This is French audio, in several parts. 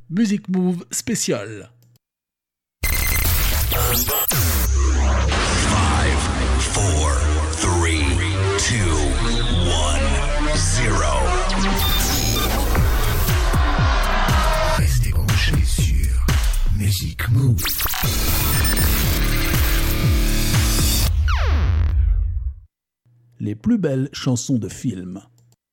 Music Move spécial. 5, 4, 3, 2, 1, 0. Restez branchés sur Music Move. Les plus belles chansons de films.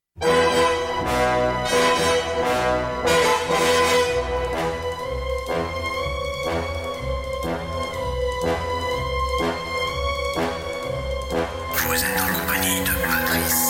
Vous êtes en compagnie de Patrice.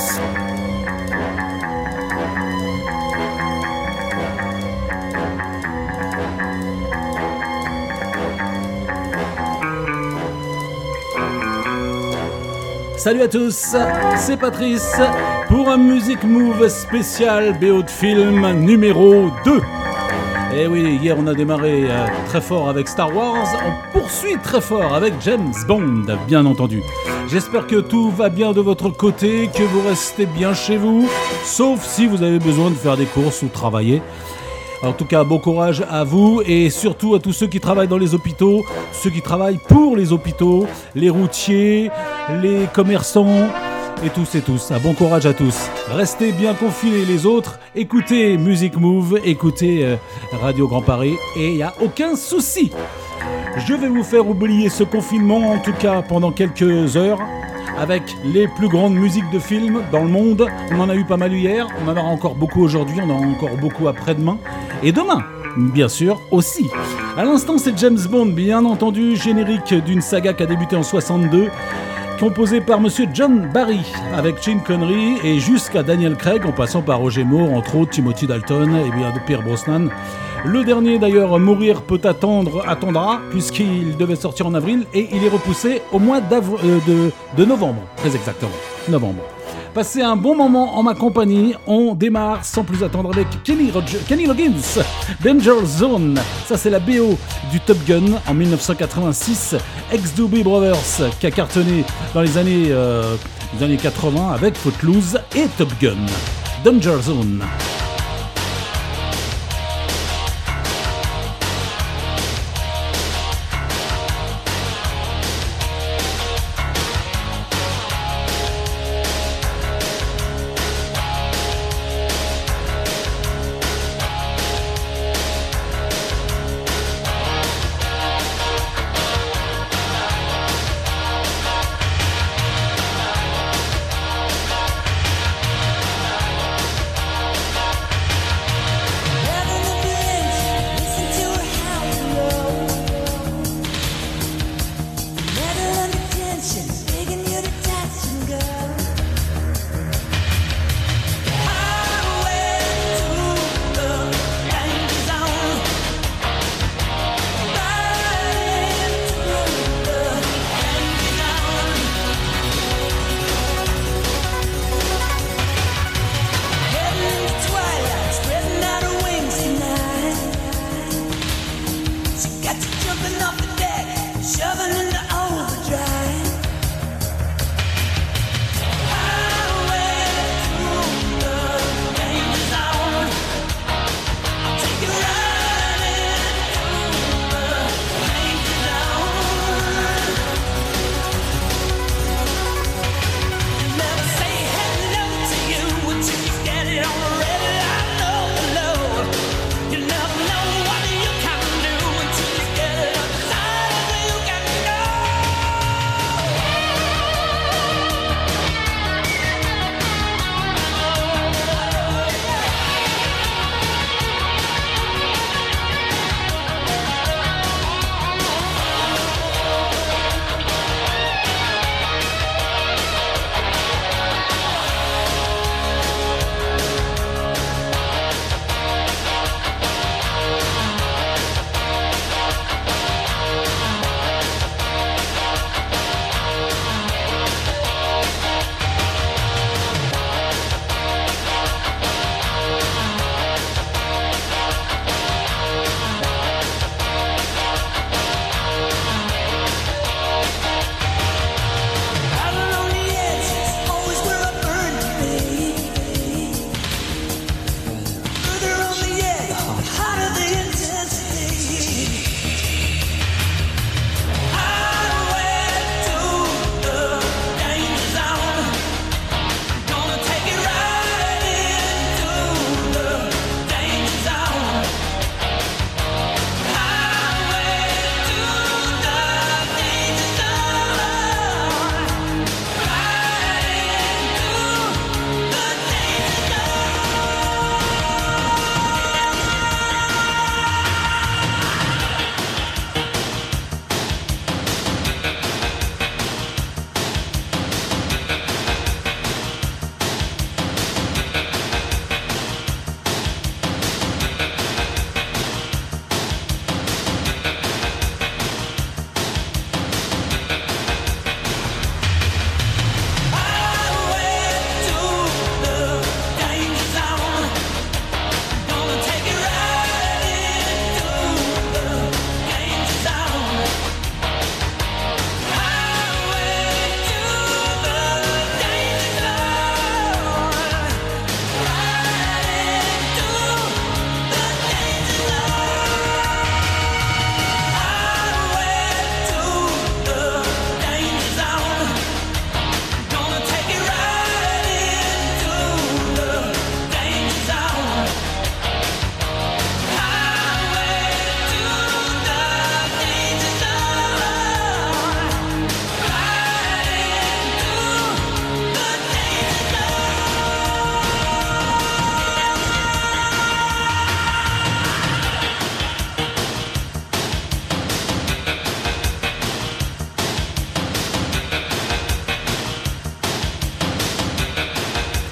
Salut à tous, c'est Patrice pour un Music Move spécial BO de film numéro 2. Et oui, hier on a démarré très fort avec Star Wars, on poursuit très fort avec James Bond, bien entendu. J'espère que tout va bien de votre côté, que vous restez bien chez vous, sauf si vous avez besoin de faire des courses ou travailler. En tout cas, bon courage à vous et surtout à tous ceux qui travaillent dans les hôpitaux, ceux qui travaillent pour les hôpitaux, les routiers, les commerçants et tous. Bon courage à tous. Restez bien confinés les autres, écoutez Music Move, écoutez Radio Grand Paris et il n'y a aucun souci. Je vais vous faire oublier ce confinement, en tout cas pendant quelques heures, avec les plus grandes musiques de films dans le monde. On en a eu pas mal hier, on en aura encore beaucoup aujourd'hui, on en aura encore beaucoup après-demain. Et demain, bien sûr, aussi. À l'instant, c'est James Bond, bien entendu, générique d'une saga qui a débuté en 62, composé par Monsieur John Barry, avec Sean Connery et jusqu'à Daniel Craig, en passant par Roger Moore, entre autres Timothy Dalton et bien de Pierce Brosnan. Le dernier d'ailleurs, Mourir peut attendra, puisqu'il devait sortir en avril, et il est repoussé au mois de novembre, très exactement, novembre. Passez un bon moment en ma compagnie, on démarre sans plus attendre avec Kenny Loggins, Danger Zone. Ça c'est la BO du Top Gun en 1986, ex-Doobie Brothers qui a cartonné dans les années 80 avec Footloose et Top Gun. Danger Zone.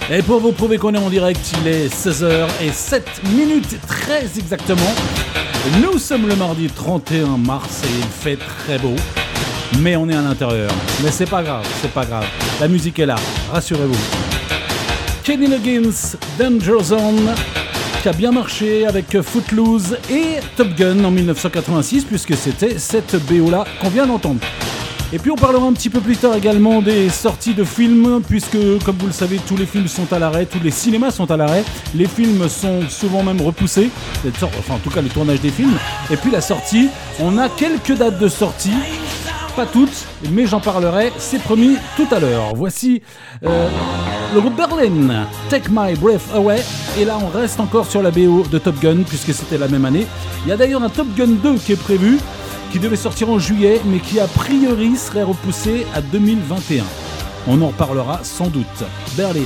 Et pour vous prouver qu'on est en direct, il est 16h07, très exactement. Nous sommes le mardi 31 mars et il fait très beau. Mais on est à l'intérieur. Mais c'est pas grave. La musique est là, rassurez-vous. Kenny Loggins, Danger Zone, qui a bien marché avec Footloose et Top Gun en 1986, puisque c'était cette BO-là qu'on vient d'entendre. Et puis on parlera un petit peu plus tard également des sorties de films, puisque comme vous le savez, tous les films sont à l'arrêt, tous les cinémas sont à l'arrêt, les films sont souvent même repoussés, enfin en tout cas le tournage des films, et puis la sortie, on a quelques dates de sortie, pas toutes, mais j'en parlerai, c'est promis tout à l'heure. Voici le groupe Berlin, Take My Breath Away, et là on reste encore sur la BO de Top Gun, puisque c'était la même année. Il y a d'ailleurs un Top Gun 2 qui est prévu, qui devait sortir en juillet, mais qui a priori serait repoussé à 2021. On en reparlera sans doute. Berlin.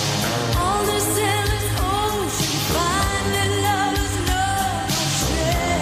All the sailors' ocean, finding lovers, no shame.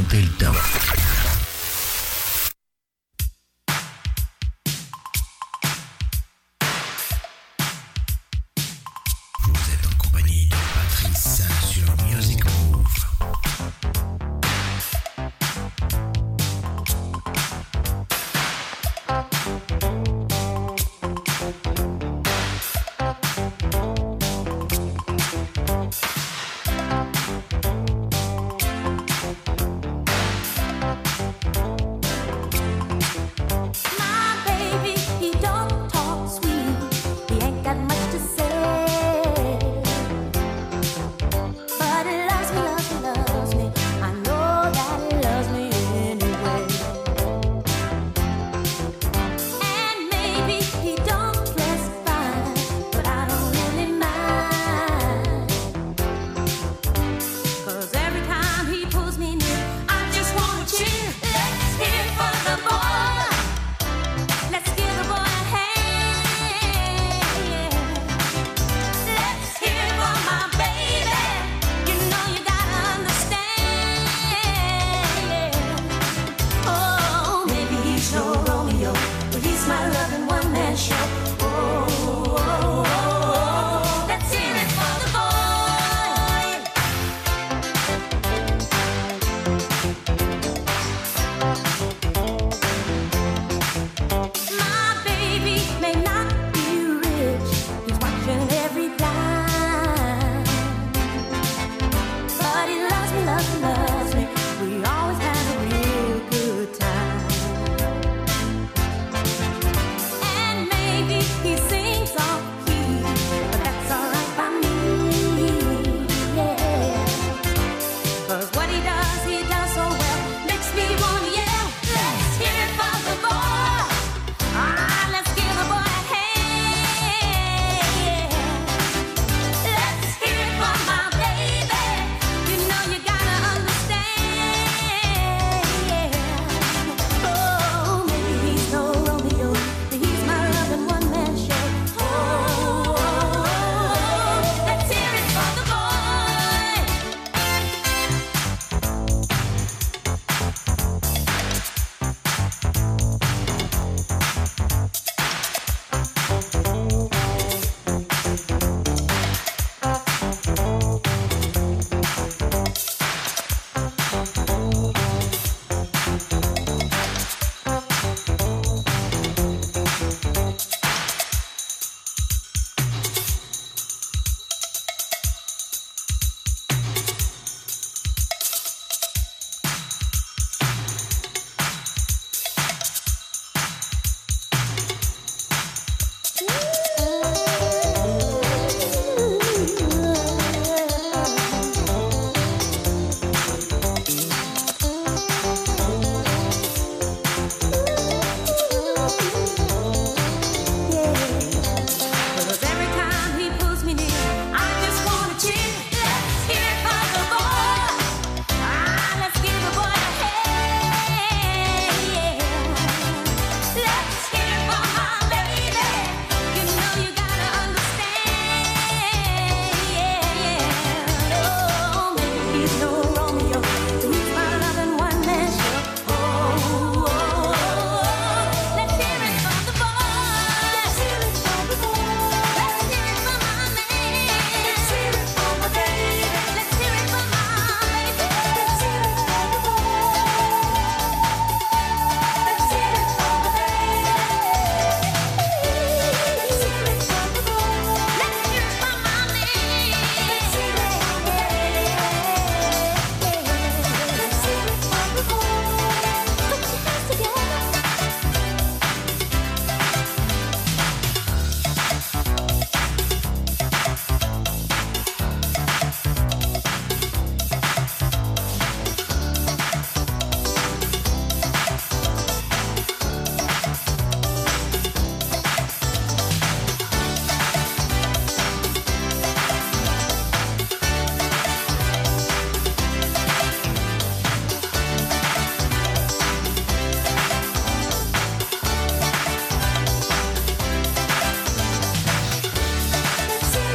Delta. Vous êtes en compagnie de Patrice sur Music Move.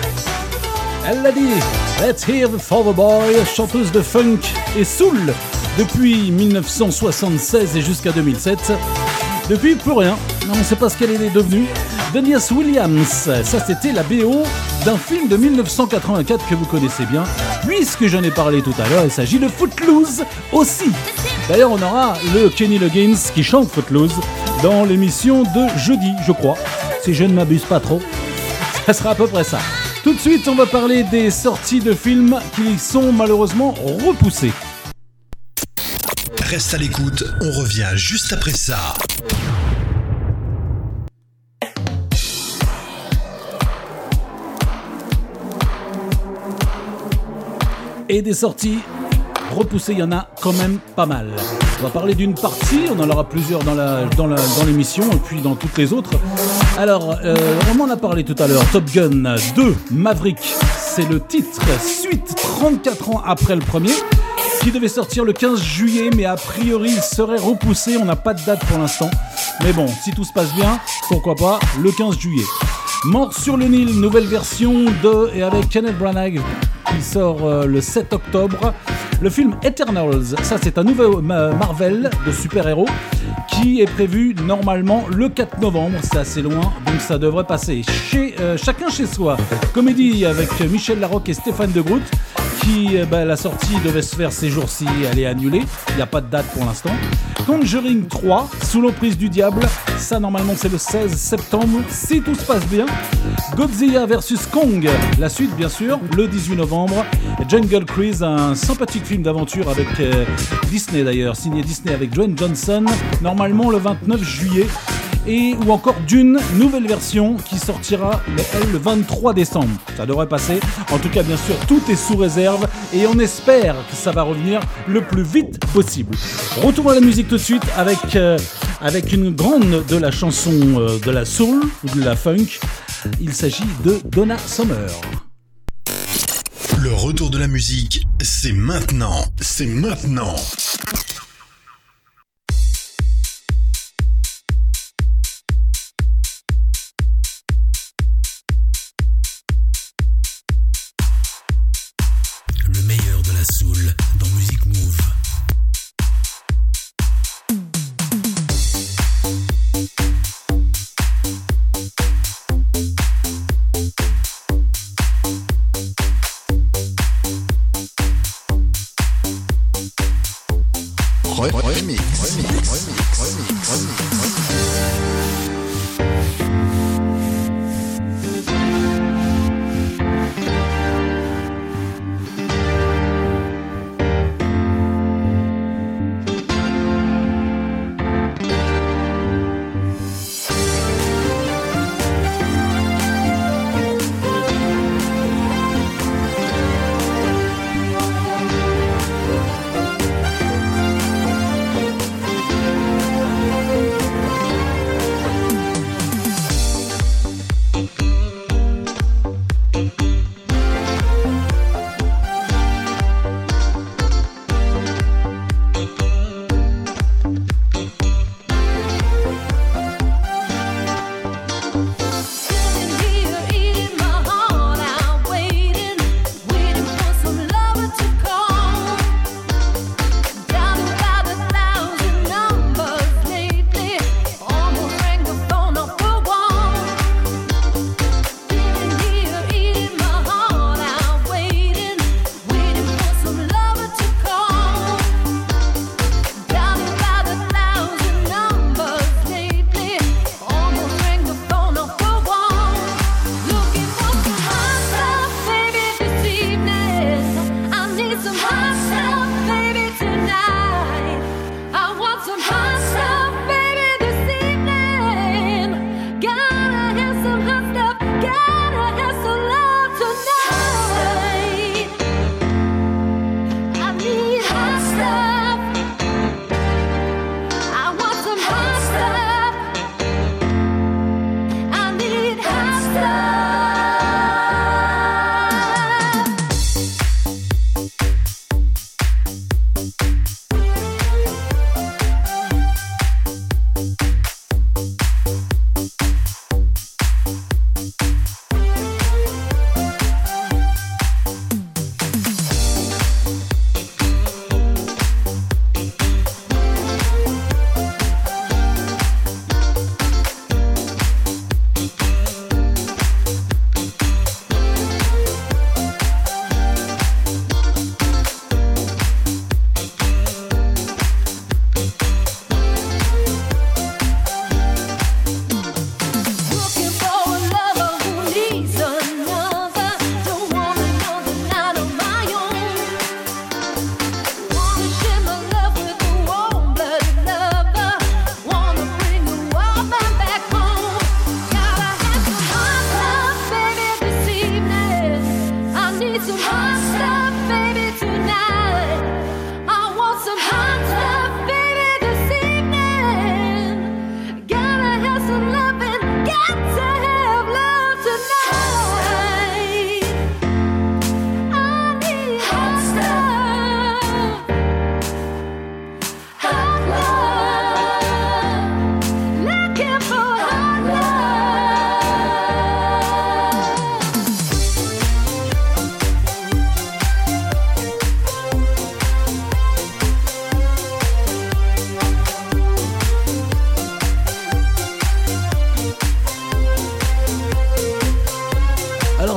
Elle l'a dit, let's hear for the boy, chanteuse de funk et soul depuis 1976 et jusqu'à 2007. Depuis, plus rien. On ne sait pas ce qu'elle est devenue. Dennis Williams, ça c'était la BO d'un film de 1984 que vous connaissez bien, puisque j'en ai parlé tout à l'heure, il s'agit de Footloose aussi. D'ailleurs, on aura le Kenny Loggins qui chante Footloose dans l'émission de jeudi, je crois, si je ne m'abuse pas trop. Ça sera à peu près ça. Tout de suite, on va parler des sorties de films qui sont malheureusement repoussées. Reste à l'écoute, on revient juste après ça. Et des sorties repoussées, il y en a quand même pas mal. On va parler d'une partie, on en aura plusieurs dans l'émission et puis dans toutes les autres. Alors, on en a parlé tout à l'heure, Top Gun 2 Maverick, c'est le titre, suite 34 ans après le premier, qui devait sortir le 15 juillet, mais a priori il serait repoussé, on n'a pas de date pour l'instant. Mais bon, si tout se passe bien, pourquoi pas, le 15 juillet. Mort sur le Nil, nouvelle version de et avec Kenneth Branagh, qui sort le 7 octobre. Le film Eternals, ça c'est un nouveau Marvel de super-héros qui est prévu normalement le 4 novembre, c'est assez loin, donc ça devrait passer chacun chez soi. Comédie avec Michel Larocque et Stéphane de Groot, qui, la sortie devait se faire ces jours-ci, elle est annulée, il n'y a pas de date pour l'instant. Conjuring 3, Sous l'emprise du diable, ça normalement c'est le 16 septembre, si tout se passe bien. Godzilla vs Kong, la suite bien sûr, le 18 novembre. Jungle Cruise, un sympathique film d'aventure avec Disney d'ailleurs, signé Disney avec Dwayne Johnson, normalement le 29 juillet. Ou encore Dune, nouvelle version qui sortira le 23 décembre. Ça devrait passer. En tout cas, bien sûr, tout est sous réserve et on espère que ça va revenir le plus vite possible. Retour à la musique tout de suite avec une grande de la chanson de la soul ou de la funk. Il s'agit de Donna Summer. Le retour de la musique, c'est maintenant. C'est maintenant. Le meilleur de la soul dans Music Move. Remix.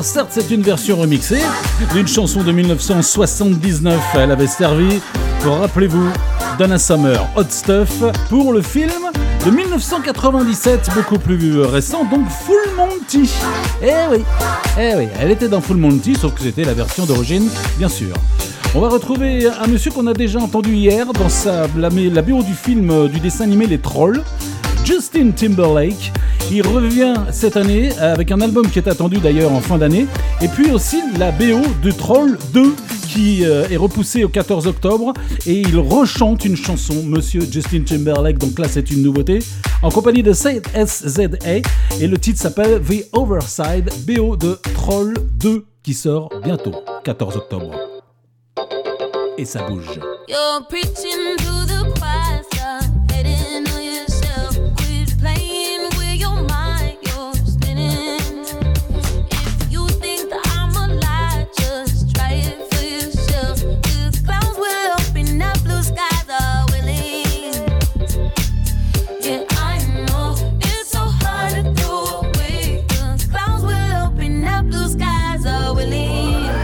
certes, c'est une version remixée d'une chanson de 1979. Elle avait servi, rappelez-vous, Donna Summer, Hot Stuff, pour le film de 1997, beaucoup plus récent, donc Full Monty. Eh oui, elle était dans Full Monty, sauf que c'était la version d'origine, bien sûr. On va retrouver un monsieur qu'on a déjà entendu hier dans la BO du film, du dessin animé Les Trolls, Justin Timberlake. Il revient cette année avec un album qui est attendu d'ailleurs en fin d'année. Et puis aussi la BO de Troll 2 qui est repoussée au 14 octobre. Et il rechante une chanson, monsieur Justin Timberlake. Donc là, c'est une nouveauté. En compagnie de SZA. Et le titre s'appelle The Overside, BO de Troll 2 qui sort bientôt, 14 octobre. Et ça bouge. You're preaching to the choir, start heading on yourself. Quit playing with your mind, you're spinning. If you think that I'm a lie, just try it for yourself. The clouds will open up, blue skies are willing. Yeah, I know it's so hard to throw away. The clouds will open up, blue skies are willing.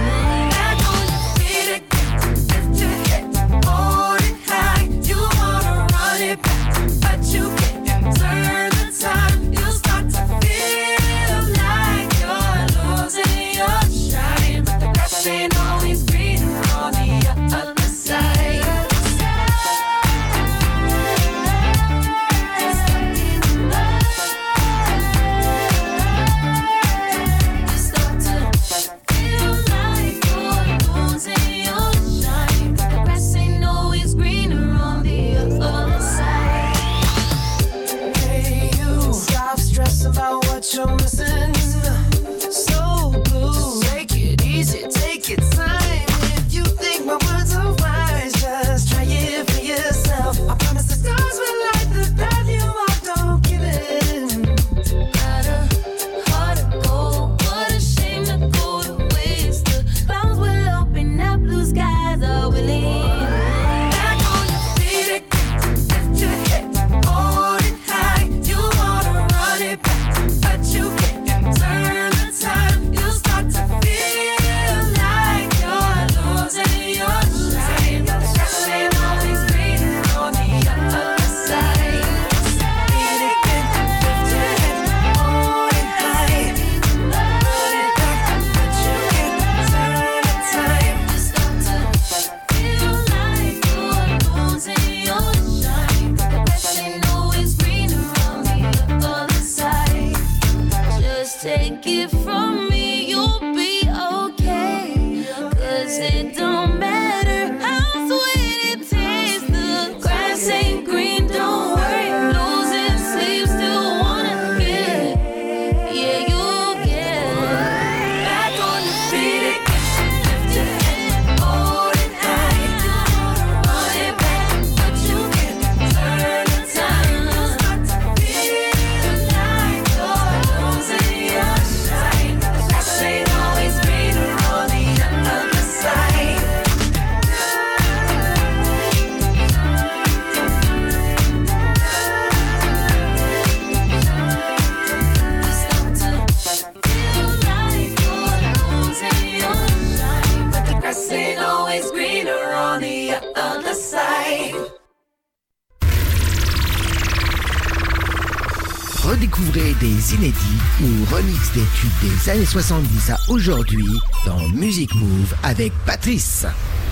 Redécouvrez des inédits ou remix des tubes des années 70 à aujourd'hui dans Music Move avec Patrice.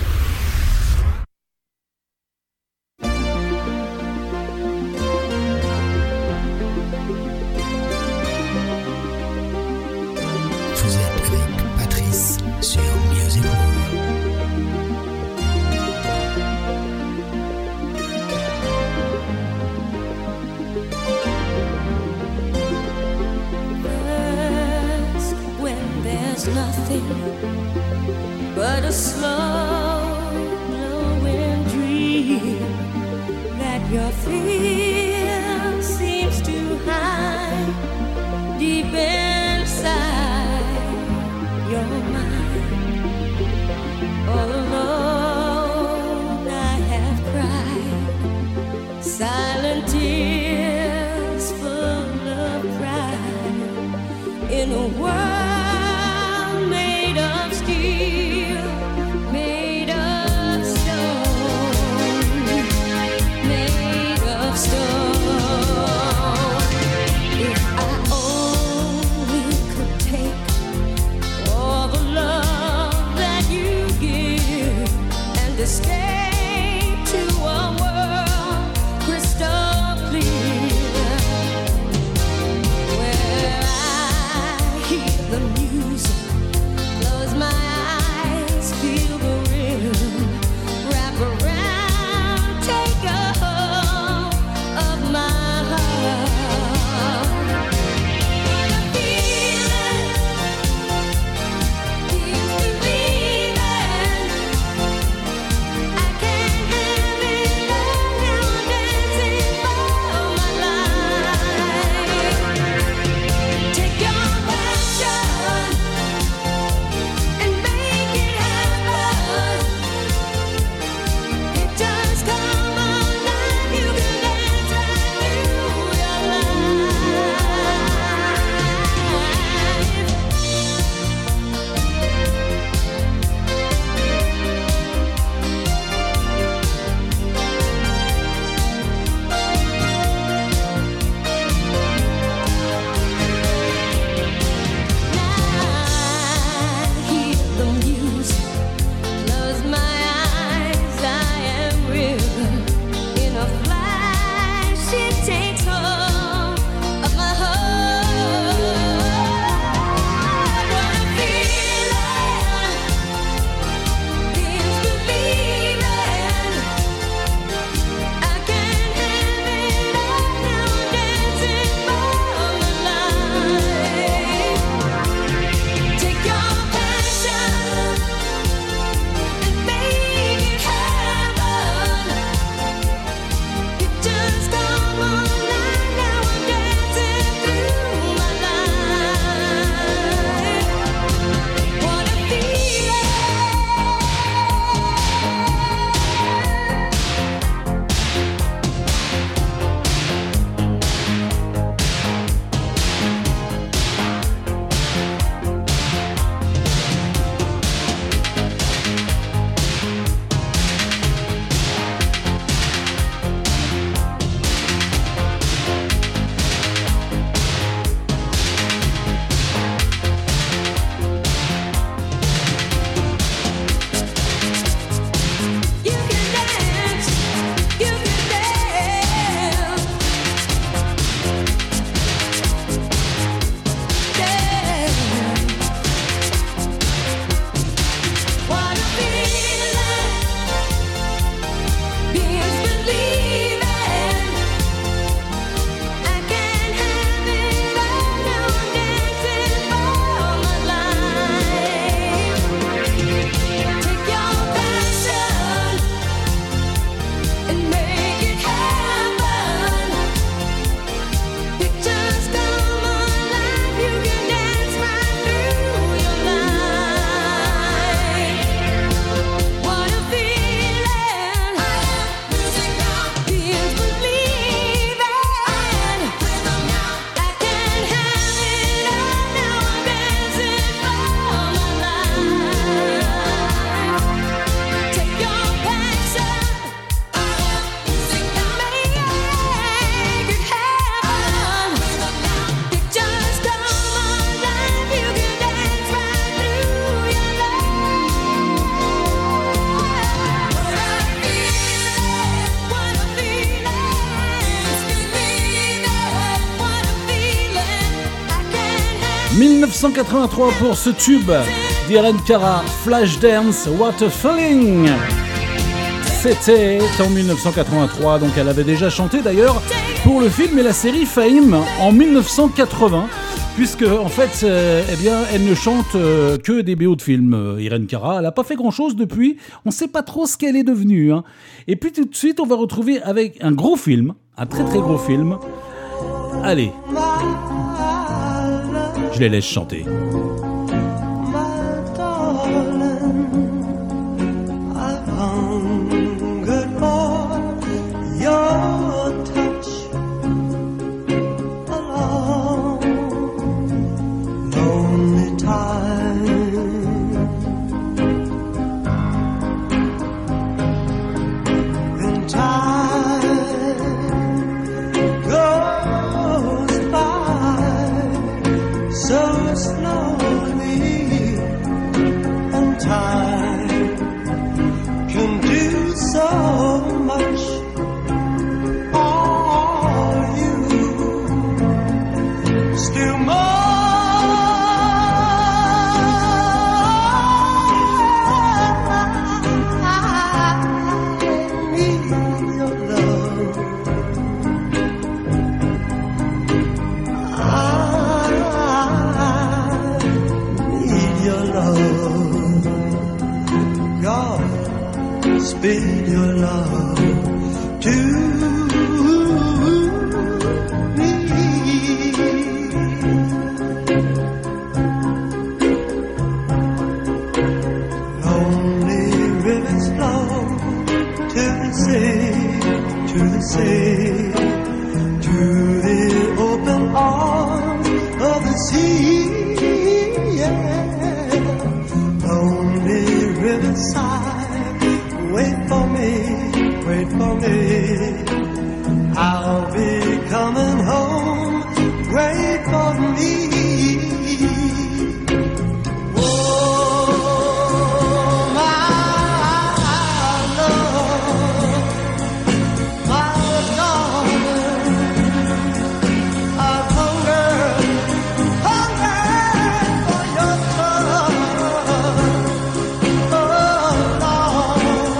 Vous êtes avec Patrice sur Music Move. Nothing but a slow glowing dream that your fear seems to hide deep inside your mind. All alone I have cried silent tears full of pride in a world 1983 pour ce tube d'Irene Cara, Flashdance, What a Feeling. C'était en 1983, donc elle avait déjà chanté d'ailleurs pour le film et la série Fame en 1980, puisque en fait, eh bien, elle ne chante que des BO de films. Irene Cara, elle n'a pas fait grand-chose depuis, on ne sait pas trop ce qu'elle est devenue. Hein. Et puis tout de suite, on va retrouver avec un gros film, un très très gros film. Allez, je les laisse chanter. Speed your love to me. Lonely rivers flow to the sea, to the sea, to the open arms of the sea. Yeah. Lonely riverside. Wait for me, I'll be coming home, wait for me. Oh, my love, my darling, I've hungered for your touch. Oh, Lord.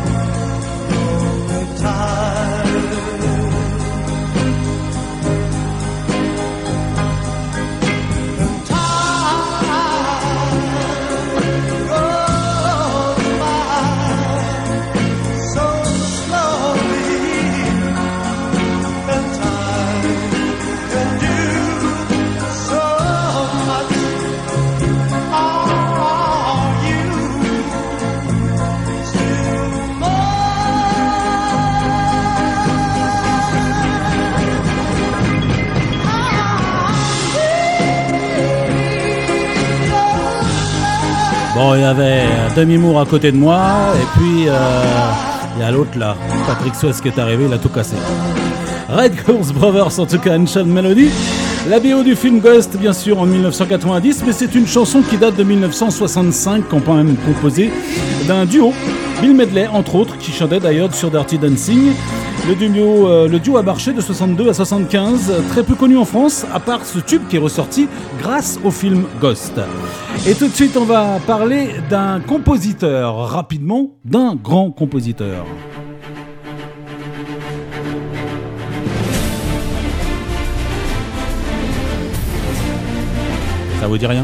Bon, il y avait Demi Moore à côté de moi, et puis il y a l'autre là, Patrick Swayze qui est arrivé, il a tout cassé. Red Course Brothers, en tout cas, Ancient Melody. La BO du film Ghost, bien sûr, en 1990, mais c'est une chanson qui date de 1965, qu'on peut même composer d'un duo, Bill Medley, entre autres, qui chantait d'ailleurs sur Dirty Dancing. Le duo a marché de 62 à 75, très peu connu en France, à part ce tube qui est ressorti grâce au film Ghost. Et tout de suite, on va parler d'un compositeur, rapidement, d'un grand compositeur. Ça vous dit rien ?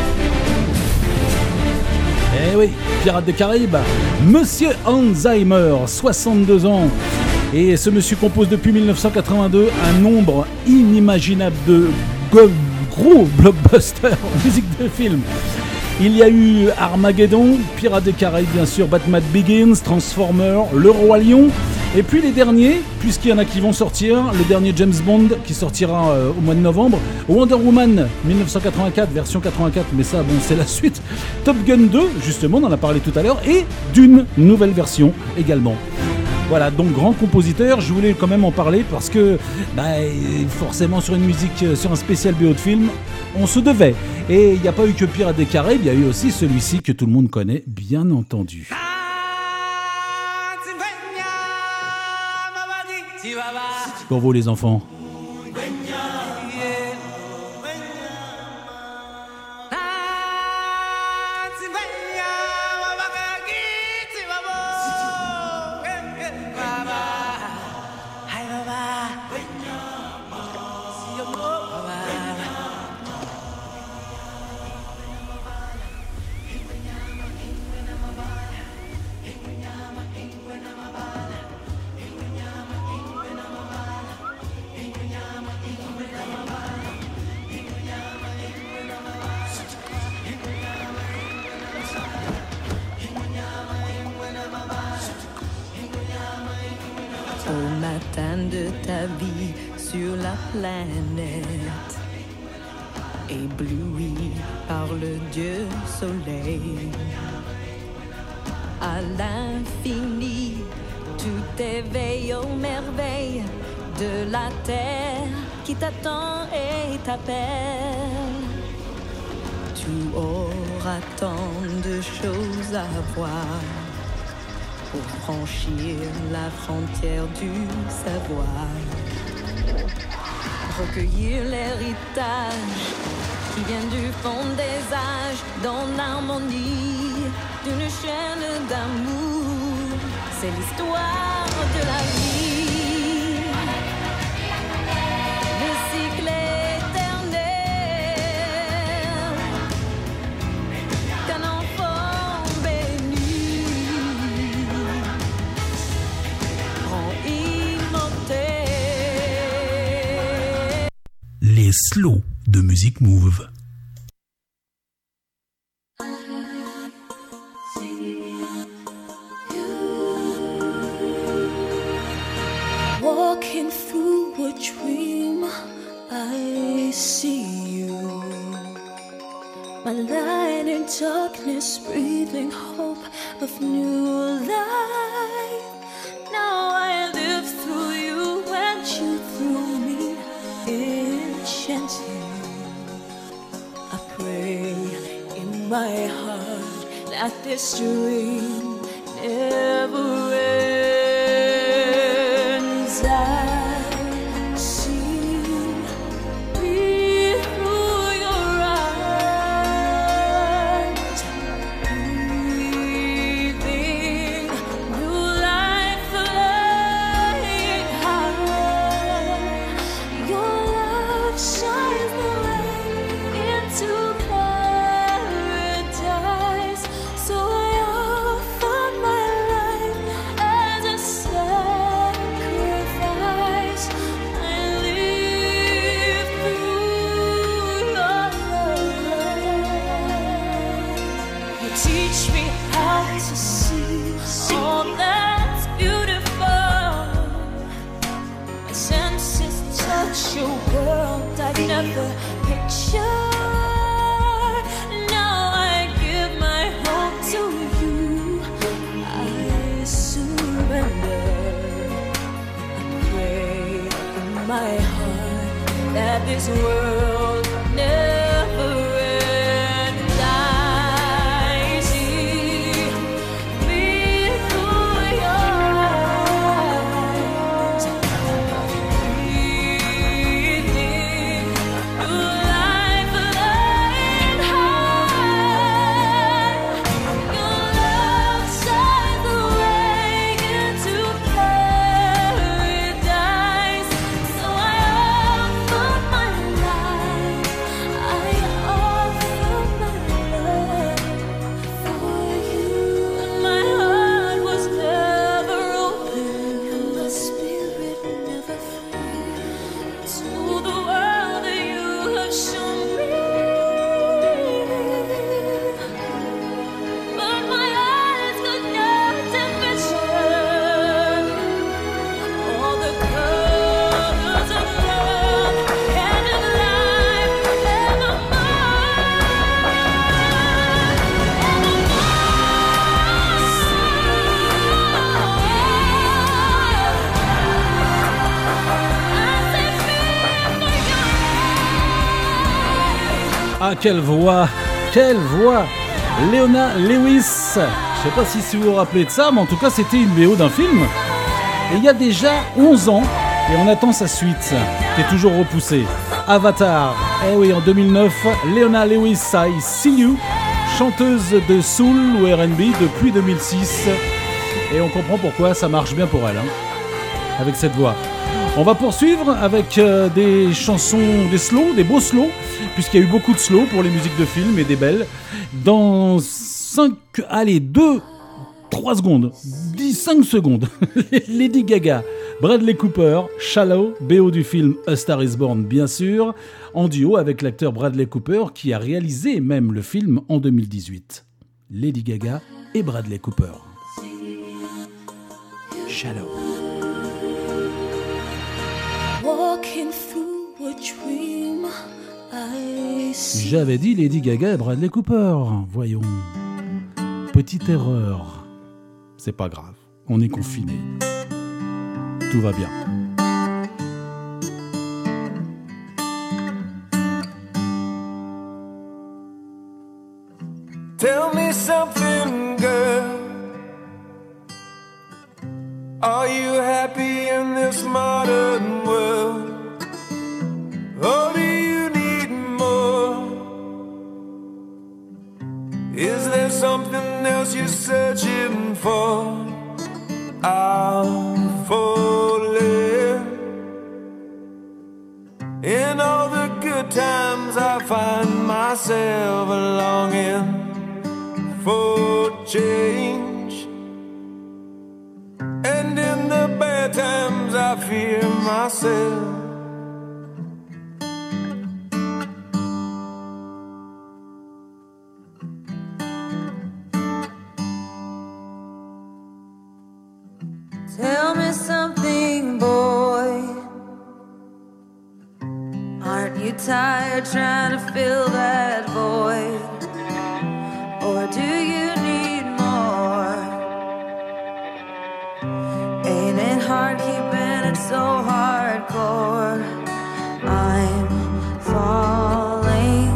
Eh oui, Pirates des Caraïbes, Monsieur Alzheimer, 62 ans. Et ce monsieur compose depuis 1982 un nombre inimaginable de gros blockbusters, musique de film. Il y a eu Armageddon, Pirates des Caraïbes bien sûr, Batman Begins, Transformers, Le Roi Lion. Et puis les derniers, puisqu'il y en a qui vont sortir, le dernier James Bond qui sortira au mois de novembre, Wonder Woman 1984, version 84, mais ça bon c'est la suite, Top Gun 2, justement on en a parlé tout à l'heure, et d'une nouvelle version également. Voilà, donc grand compositeur, je voulais quand même en parler parce que forcément sur une musique, sur un spécial BO de film, on se devait. Et il n'y a pas eu que Pirates des Caraïbes, il y a eu aussi celui-ci que tout le monde connaît, bien entendu. Pour vous les enfants. instant de ta vie sur la planète, ébloui par le Dieu soleil. À l'infini, tout éveille aux merveilles de la terre qui t'attend et t'appelle. Tu auras tant de choses à voir pour franchir la frontière du savoir, recueillir l'héritage qui vient du fond des âges dans l'harmonie d'une chaîne d'amour. C'est l'histoire de la vie, le cycle éternel qu'un enfant béni rend immortel. Les slows de Music Move. Walking through a dream, I see you. My light in darkness, breathing hope of new life. Now I live through you and you through me, enchanting. I pray in my heart that this dream never ends. I see me through your eyes, breathing new life, flying high. Your love shines the way into paradise. So I offer my life as a sacrifice. I live through your love. You teach me how to see all that's beautiful. My senses touch your world I've never pictured. Now I give my hope to you. I surrender. I pray in my heart that this world never ends. I see me through your eyes, breathing new life, flying high. Your love shines the way into paradise. So I offer my life, I offer my love for you. My heart was never open, and my spirit never free to the world that you have shown me. But my eyes could not envision all the colors of love and of life Ah, quelle voix! Quelle voix! Leona Lewis. Je sais pas si vous vous rappelez de ça, mais en tout cas, c'était une BO d'un film. Et il y a déjà 11 ans, et on attend sa suite, qui est toujours repoussée. Avatar. Eh oui, en 2009, Leona Lewis, I See You, chanteuse de soul ou R&B depuis 2006. Et on comprend pourquoi ça marche bien pour elle, hein, avec cette voix. On va poursuivre avec des chansons, des slows, des beaux slows, puisqu'il y a eu beaucoup de slows pour les musiques de films et des belles. Dans 3 secondes, 5 secondes, Lady Gaga, Bradley Cooper, Shallow, BO du film A Star Is Born bien sûr, en duo avec l'acteur Bradley Cooper qui a réalisé même le film en 2018. Lady Gaga et Bradley Cooper. Shallow. walking through a dream. I see. J'avais dit Lady Gaga et Bradley Cooper. Voyons. Petite erreur. C'est pas grave. On est confiné. Tout va bien. Tell me something, girl. Are you happy in this modern world? Or do you need more? Is there something else you're searching for? I'm falling. In all the good times I find myself longing for change, and in the bad times I fear myself. Tell me something, boy. Aren't you tired trying to fill that void? Or do you need more? Ain't it hard keeping it so hardcore? I'm falling.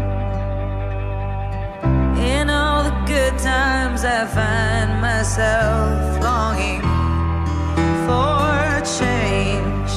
In all the good times I find myself longing for change,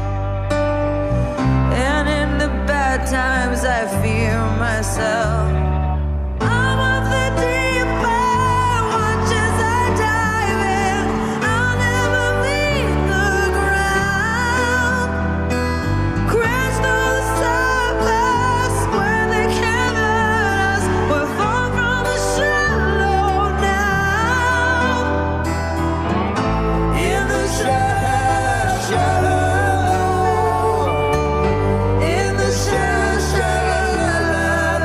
and in the bad times I fear myself. I'm of the deep end, watch as I dive in. I'll never leave the ground. Crash through the surface where they can't hurt us. We're far from the shallow now. In the shallow, in the shallow.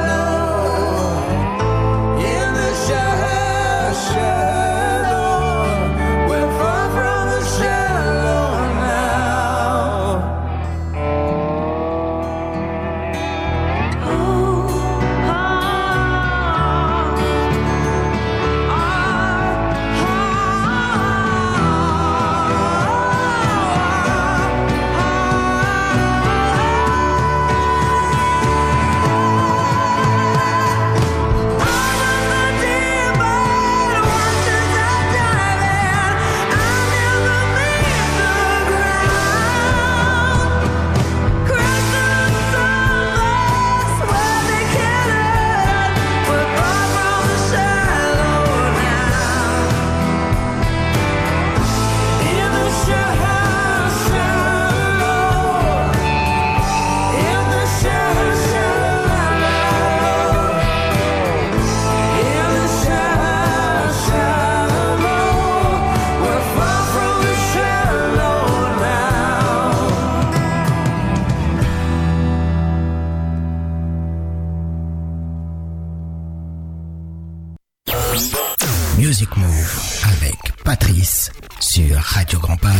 Music Move avec Patrice sur Radio Grand Paris.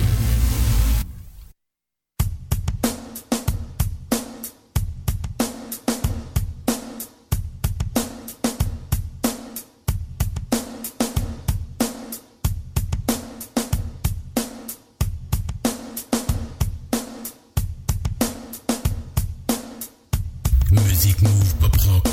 Music Move Pop Rock.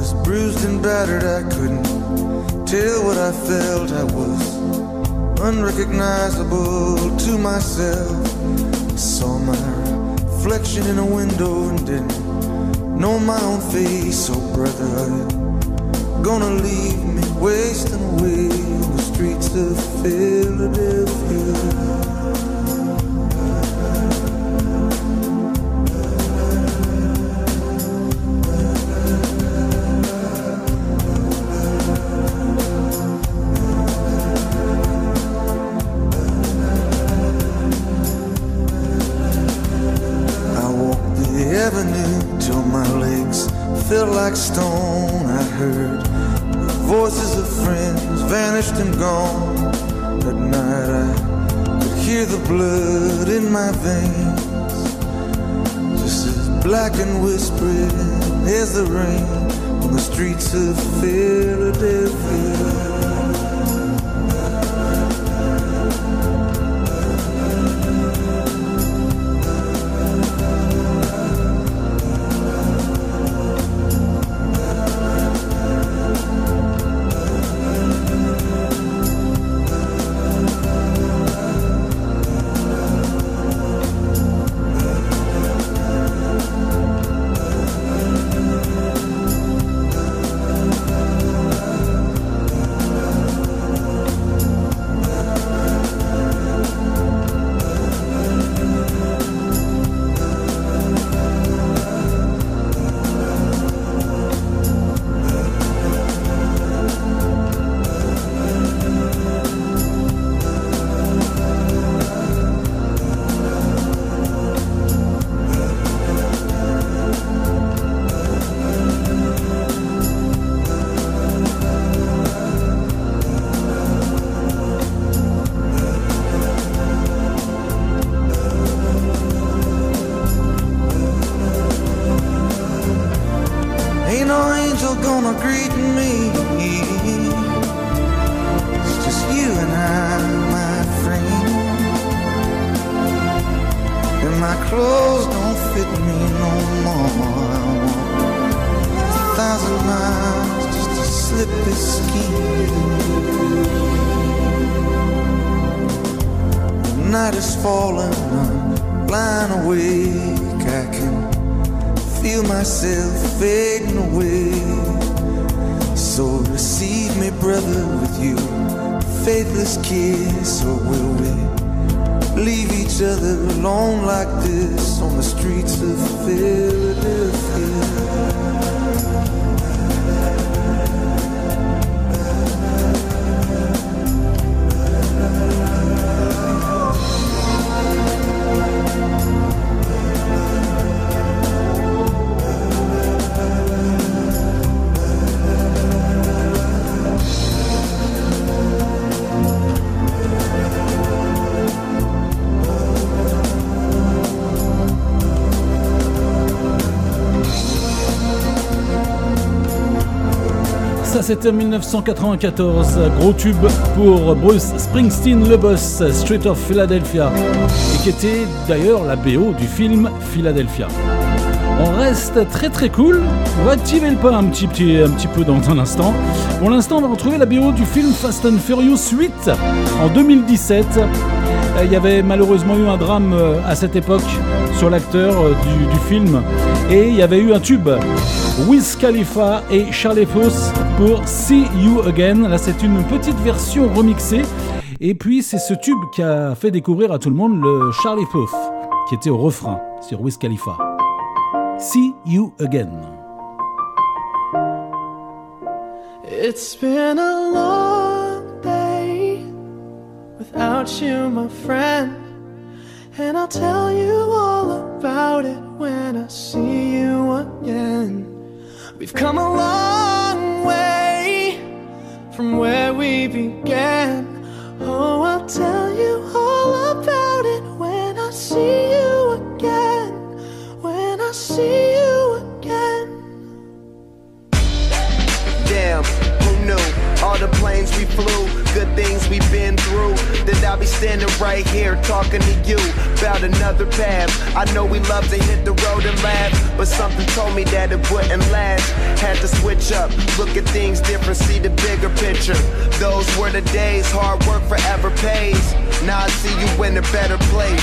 was bruised and battered, I couldn't tell what I felt. I was unrecognizable to myself. I saw my reflection in a window and didn't know my own face. Oh brother, are you gonna leave me wasting away on the streets of Philadelphia? Felt like stone. I heard the voices of friends vanished and gone. At night I could hear the blood in my veins, just as black and whispering as the rain on the streets of Philadelphia. Kiss, or will we leave each other alone like this on the streets of Philadelphia? Ça c'était en 1994, gros tube pour Bruce Springsteen, le boss, Street of Philadelphia, et qui était d'ailleurs la BO du film Philadelphia. On reste très très cool, on va activer le pas un petit peu dans un instant. Pour l'instant on va retrouver la BO du film Fast and Furious 8 en 2017. Il y avait malheureusement eu un drame à cette époque sur l'acteur du film, et il y avait eu un tube, Wiz Khalifa et Charlie Puth pour See You Again. Là c'est une petite version remixée, et puis c'est ce tube qui a fait découvrir à tout le monde le Charlie Puth qui était au refrain sur Wiz Khalifa. See You Again. It's been a long day without you, my friend, and I'll tell you all about it when I see you again. We've come a long way from where we began. Oh, I'll tell you all about it when I see you again. When I see you again. Damn, who knew? All all the planes we flew, good things we've been through, then I'll be standing right here talking to you about another path. I know we love to hit the road and laugh, but something told me that it wouldn't last. Had to switch up, look at things different, see the bigger picture. Those were the days, hard work forever pays. Now I see you in a better place.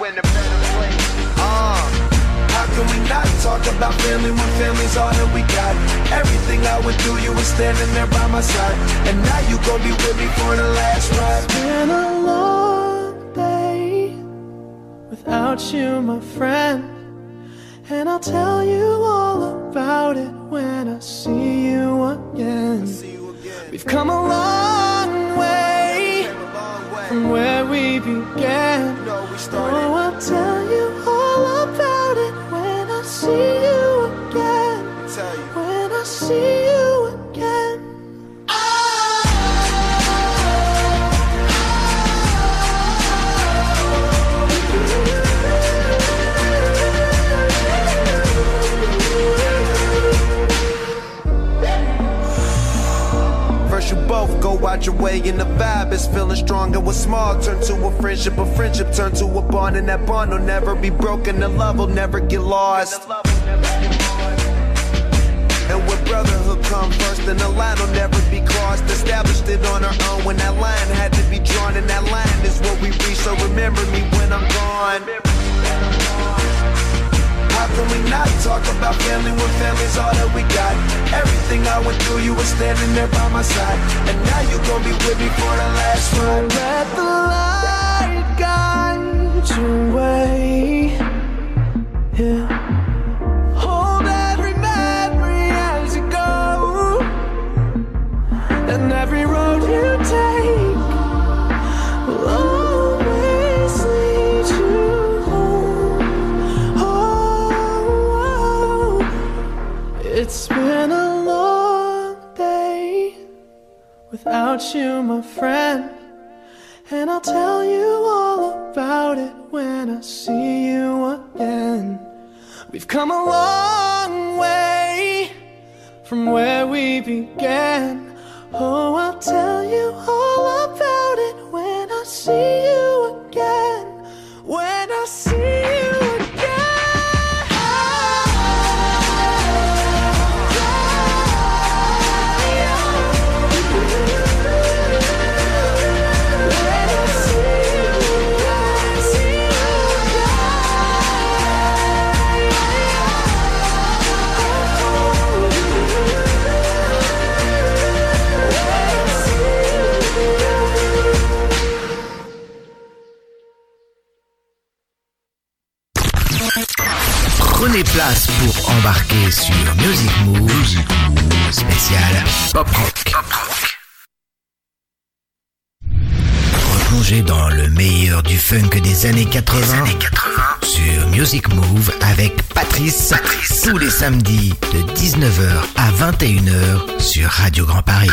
How can we not talk about family when family's all that we got? Everything I went through, you were standing there by my side, and now you gon' be with me for the last ride. It's been a long day without you, my friend, and I'll tell you all about it when I see you again. We've come a long way from where we began. Oh, I'll tell you all about it when I see you again. When I see you again. First you both go out your way and the vibe is feeling strong, and what's small turn to a friendship turn to a bond, and that bond will never be broken, the love will never get lost. And when brotherhood come first, then the line will never be crossed. Established it on our own when that line had to be drawn, and that line is what we reach, so remember me when I'm gone. How can we not talk about family when family's all that we got? Everything I went through, you were standing there by my side, and now you gon' be with me for the last ride. Let the light guide your way. Yeah. Hold every memory as you go, and every road you take will always lead you home. Oh, it's been a long day without you, my friend, and I'll tell you all about it when I see you again. We've come a long way from where we began. Oh, I'll tell you all about it when I see you again. When I see you Prenez place pour embarquer sur Music Move spécial Pop Rock. Replongez dans le meilleur du funk des années 80 sur Music Move avec Patrice tous les samedis de 19h à 21h sur Radio Grand Paris.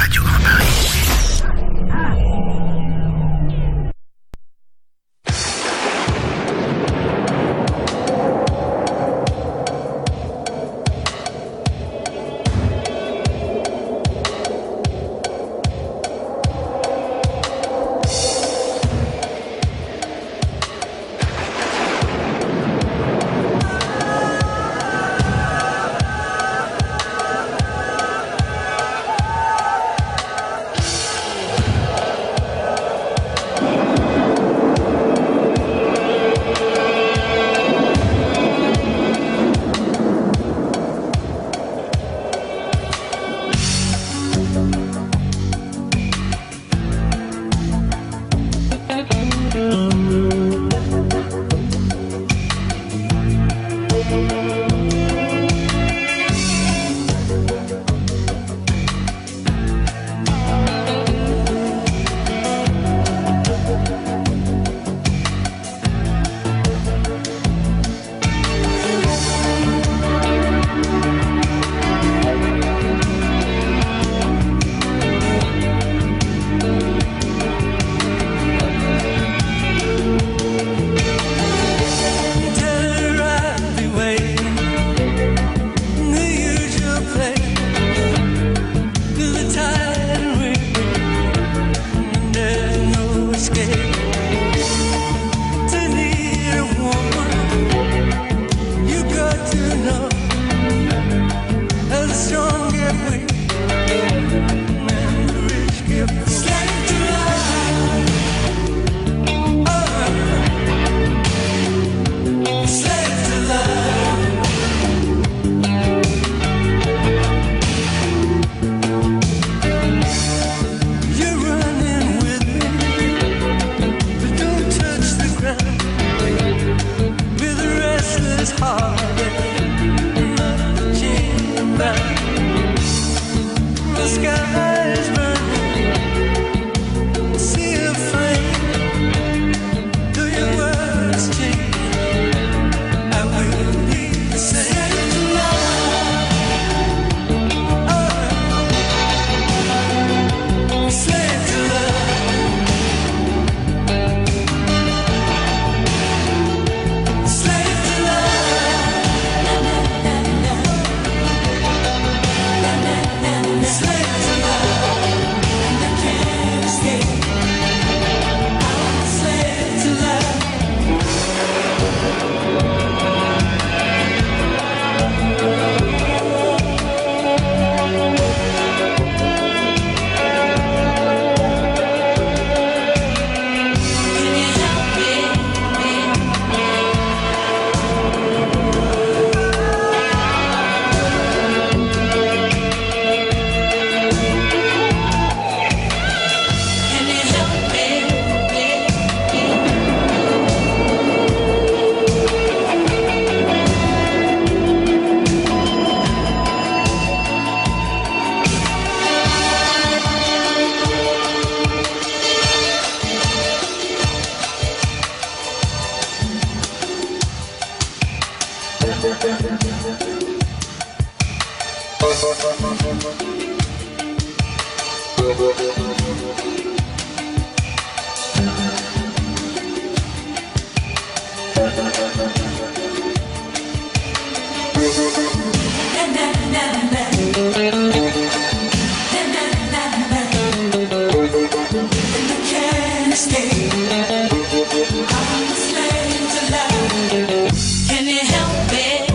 Can you help it?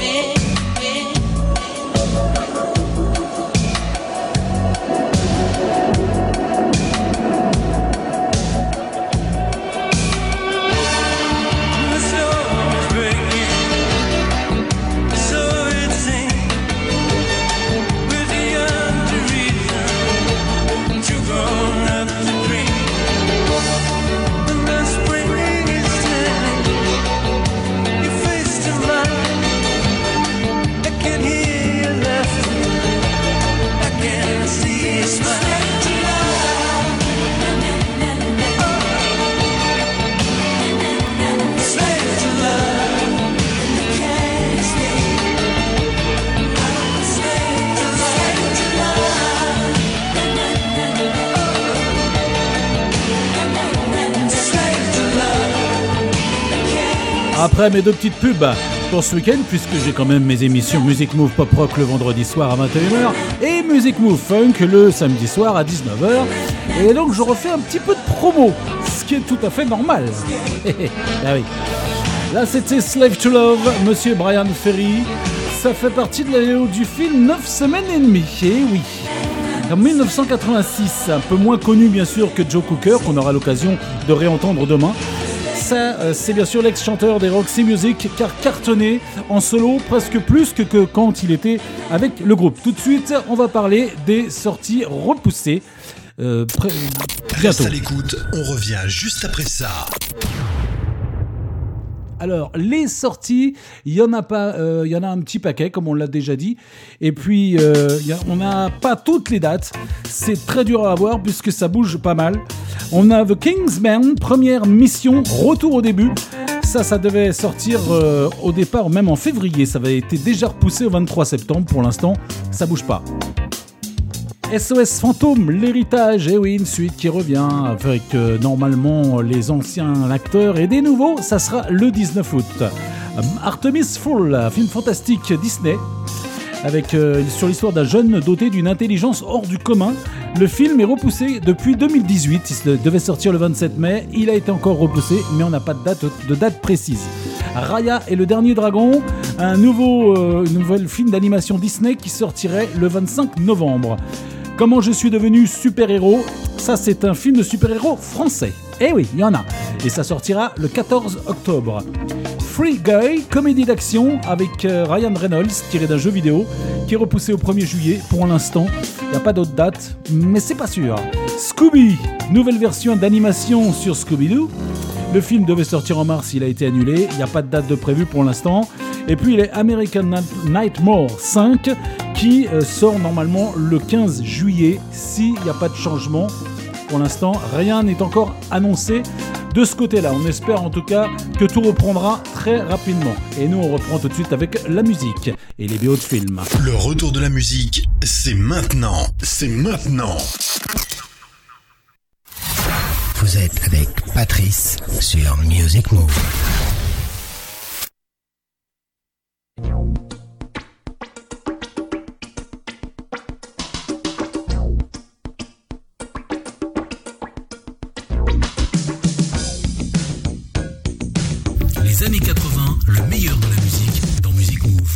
Après mes deux petites pubs pour ce week-end, puisque j'ai quand même mes émissions Music Move Pop Rock le vendredi soir à 21h et Music Move Funk le samedi soir à 19h. Et donc je refais un petit peu de promo, ce qui est tout à fait normal. Ah oui. Là c'était Slave to Love, Monsieur Brian Ferry. Ça fait partie de la du film 9 semaines et demie. Et oui. En 1986, un peu moins connu bien sûr que Joe Cooker, qu'on aura l'occasion de réentendre demain. Ça, c'est bien sûr l'ex-chanteur des Roxy Music qui a cartonné en solo presque plus que quand il était avec le groupe. Tout de suite, on va parler des sorties repoussées. Bientôt. Reste à l'écoute, on revient juste après ça. Alors, les sorties, il y en a pas, il y en a un petit paquet, comme on l'a déjà dit. Et puis, on n'a pas toutes les dates. C'est très dur à avoir puisque ça bouge pas mal. On a The Kingsman, première mission, retour au début. Ça devait sortir au départ, même en février. Ça avait été déjà repoussé au 23 septembre. Pour l'instant, ça bouge pas. SOS Fantôme, l'héritage, et oui, une suite qui revient avec normalement les anciens acteurs et des nouveaux, ça sera le 19 août. Artemis Fowl, film fantastique Disney, avec sur l'histoire d'un jeune doté d'une intelligence hors du commun. Le film est repoussé depuis 2018, il devait sortir le 27 mai, il a été encore repoussé, mais on n'a pas de date précise. Raya et le dernier dragon, un nouvel film d'animation Disney qui sortirait le 25 novembre. Comment je suis devenu super-héros, ça c'est un film de super-héros français. Eh oui, il y en a. Et ça sortira le 14 octobre. Free Guy, comédie d'action avec Ryan Reynolds, tiré d'un jeu vidéo, qui est repoussé au 1er juillet. Pour l'instant, il n'y a pas d'autre date, mais c'est pas sûr. Scooby, nouvelle version d'animation sur Scooby-Doo. Le film devait sortir en mars, il a été annulé. Il n'y a pas de date de prévue pour l'instant. Et puis les American Nightmare 5 qui sort normalement le 15 juillet s'il n'y a pas de changement. Pour l'instant, rien n'est encore annoncé de ce côté-là. On espère en tout cas que tout reprendra très rapidement. Et nous, on reprend tout de suite avec la musique et les BO de films. Le retour de la musique, c'est maintenant. C'est maintenant. Vous êtes avec Patrice sur Music Move. Les années 80, le meilleur de la musique dans Music Move.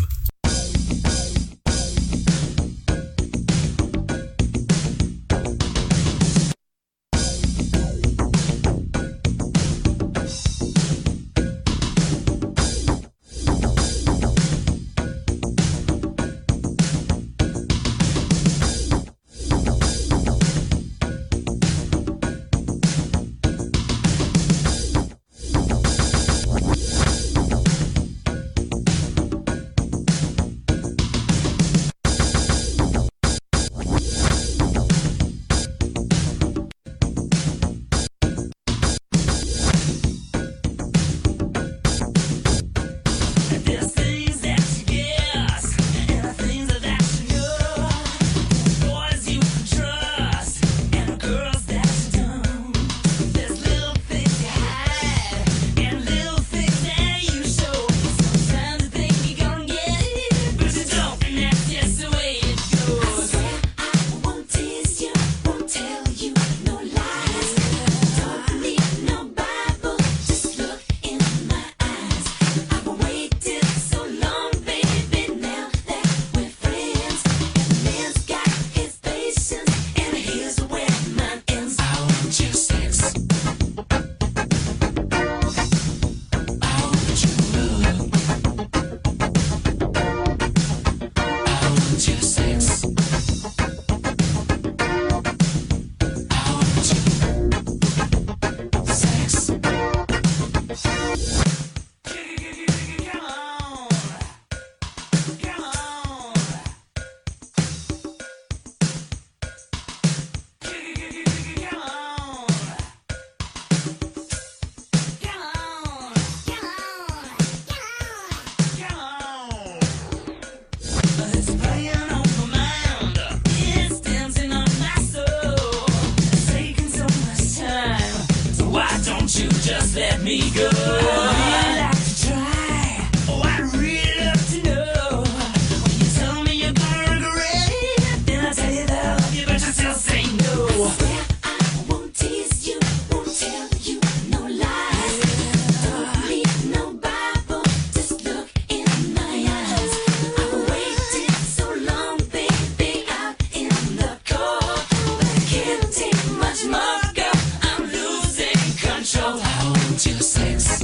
me go. I'd like to try. Oh, I'd really love to know. When you tell me you're gonna regret it, then I tell you that I love you, but you still say no. I won't tease you, won't tell you no lies. Don't need no Bible, just look in my eyes. I've waited so long, baby, out in the cold, but I can't take much more, girl. I'm losing control. I want your sex.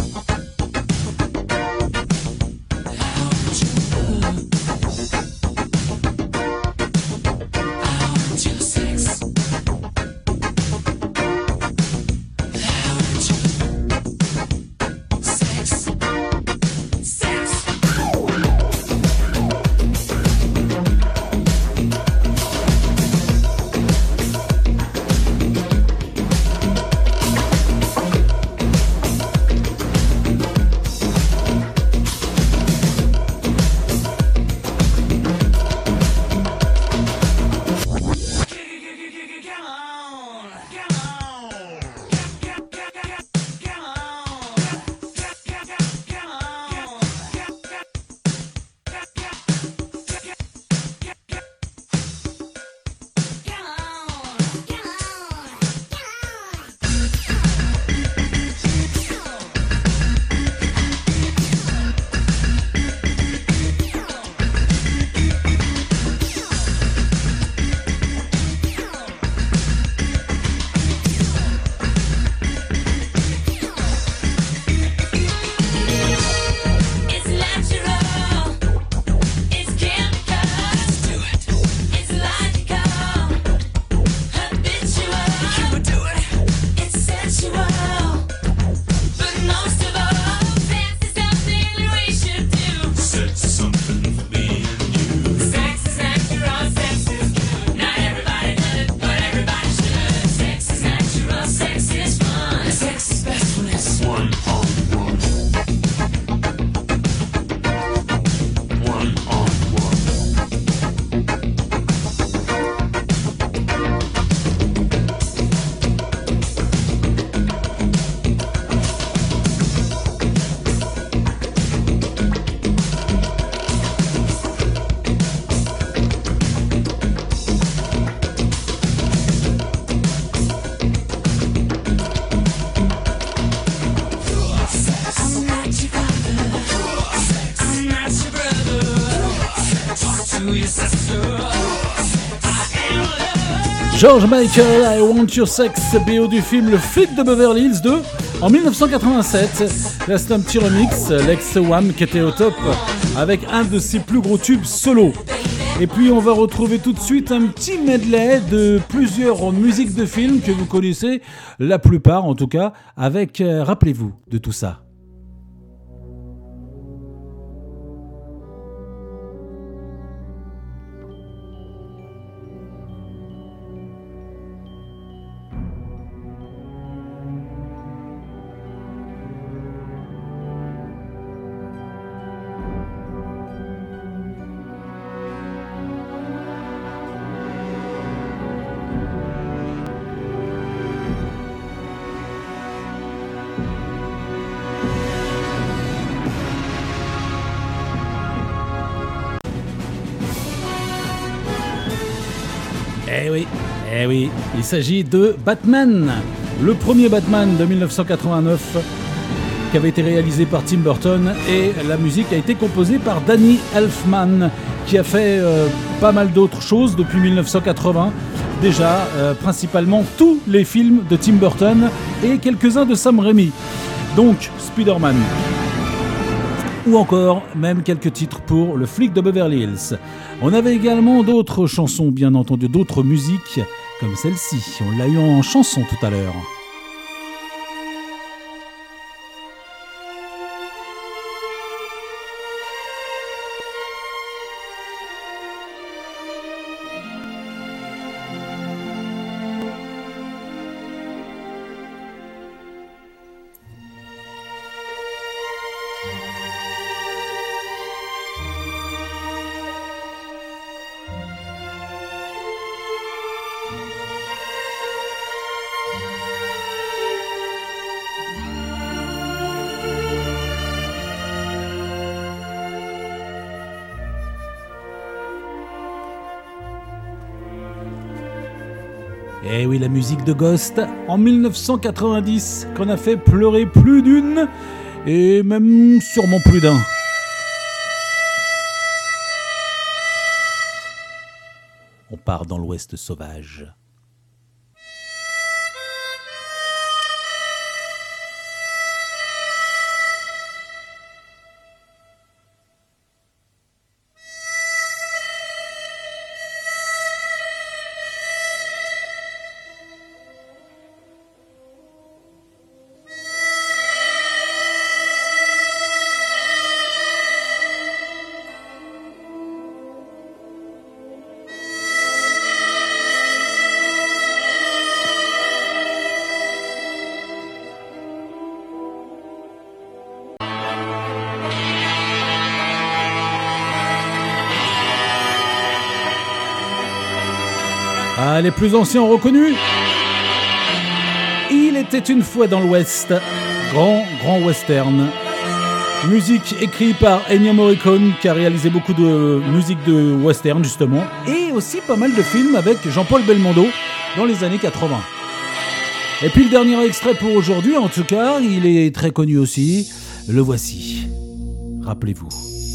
George Michael, I Want Your Sex, BO du film Le Flic de Beverly Hills 2 en 1987. Là c'est un petit remix, l'ex Wham qui était au top avec un de ses plus gros tubes solo. Et puis on va retrouver tout de suite un petit medley de plusieurs musiques de films que vous connaissez, la plupart en tout cas, avec, rappelez-vous de tout ça. Eh oui, il s'agit de Batman, le premier Batman de 1989 qui avait été réalisé par Tim Burton et la musique a été composée par Danny Elfman qui a fait pas mal d'autres choses depuis 1980, déjà principalement tous les films de Tim Burton et quelques-uns de Sam Raimi, donc Spider-Man. Ou encore même quelques titres pour Le Flic de Beverly Hills. On avait également d'autres chansons, bien entendu, d'autres musiques, comme celle-ci. On l'a eu en chanson tout à l'heure. Eh oui, la musique de Ghost en 1990, qu'on a fait pleurer plus d'une, et même sûrement plus d'un. On part dans l'Ouest sauvage. Ah, les plus anciens ont reconnu. Il était une fois dans l'Ouest. Grand western. Musique écrite par Ennio Morricone, qui a réalisé beaucoup de musique de western, justement. Et aussi pas mal de films avec Jean-Paul Belmondo dans les années 80. Et puis le dernier extrait pour aujourd'hui, en tout cas, il est très connu aussi. Le voici. Rappelez-vous.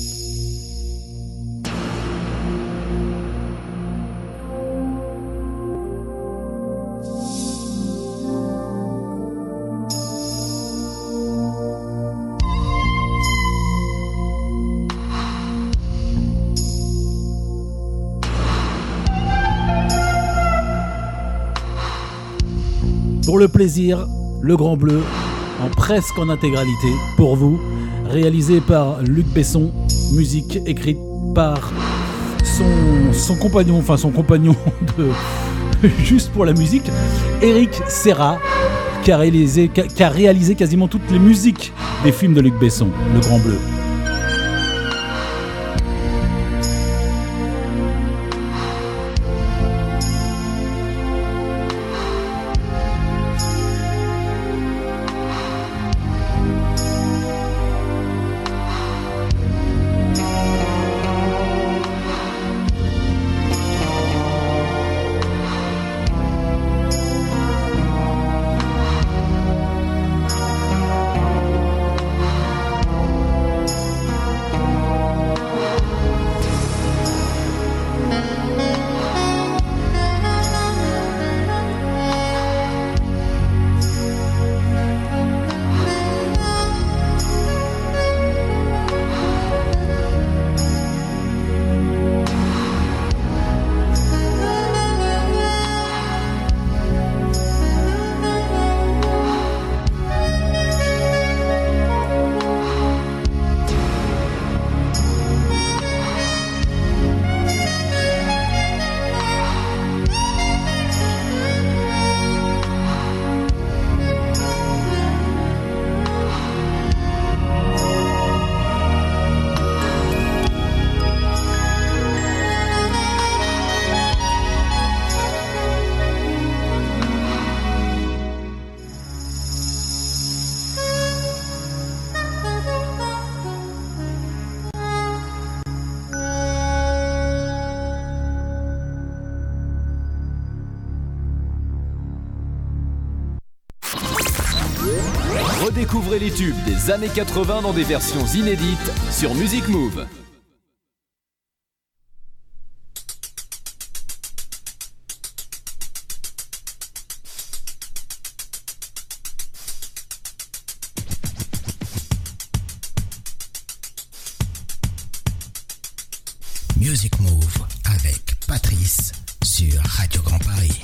Pour le plaisir, Le Grand Bleu, presque en intégralité, pour vous, réalisé par Luc Besson, musique écrite par son compagnon de juste pour la musique, Eric Serra, qui a réalisé quasiment toutes les musiques des films de Luc Besson, Le Grand Bleu. Redécouvrez les tubes des années 80 dans des versions inédites sur Music Move. Music Move avec Patrice sur Radio Grand Paris.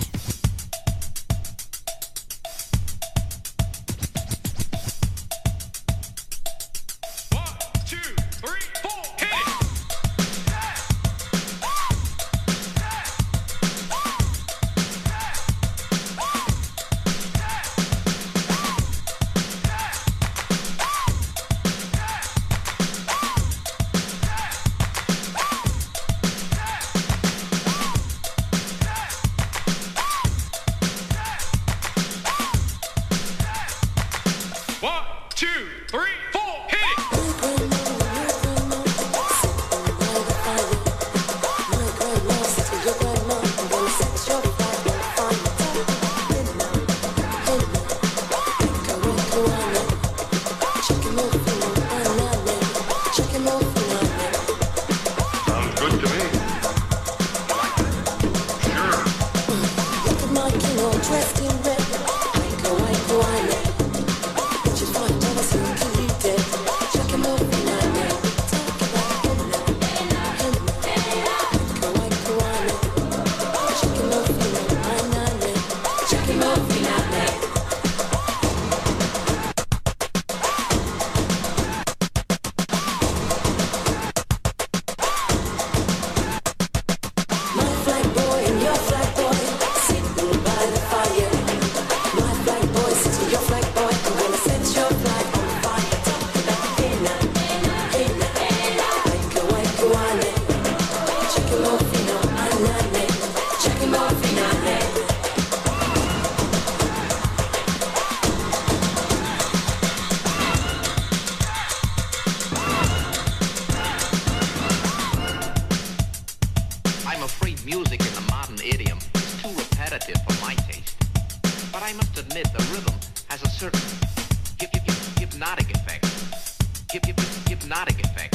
I'm afraid music in the modern idiom is too repetitive for my taste. But I must admit the rhythm has a certain hypnotic effect. Hypnotic effect.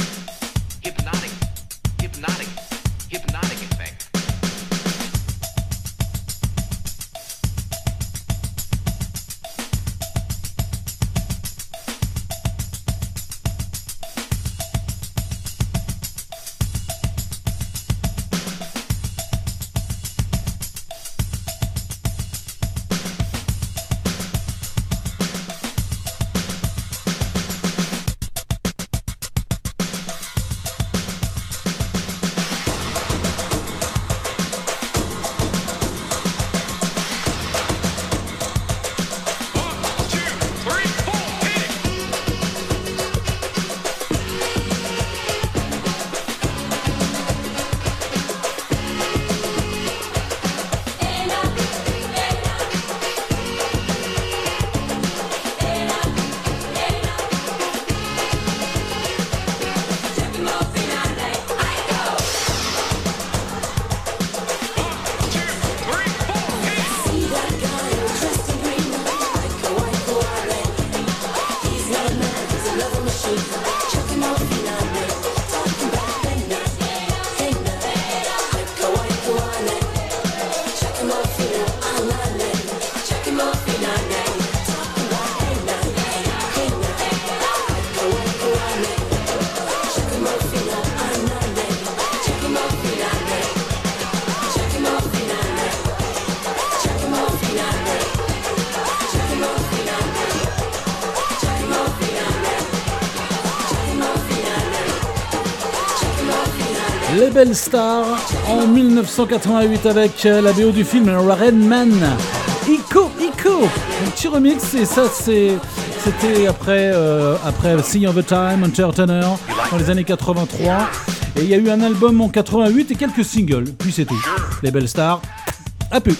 Hypnotic effect. Les Belles Stars en 1988 avec la BO du film Rain Man. Ico, un petit remix et ça c'était après Sea of the Time, Entertainer dans les années 83 et il y a eu un album en 88 et quelques singles, puis c'est tout. Les Belles Stars, à peu.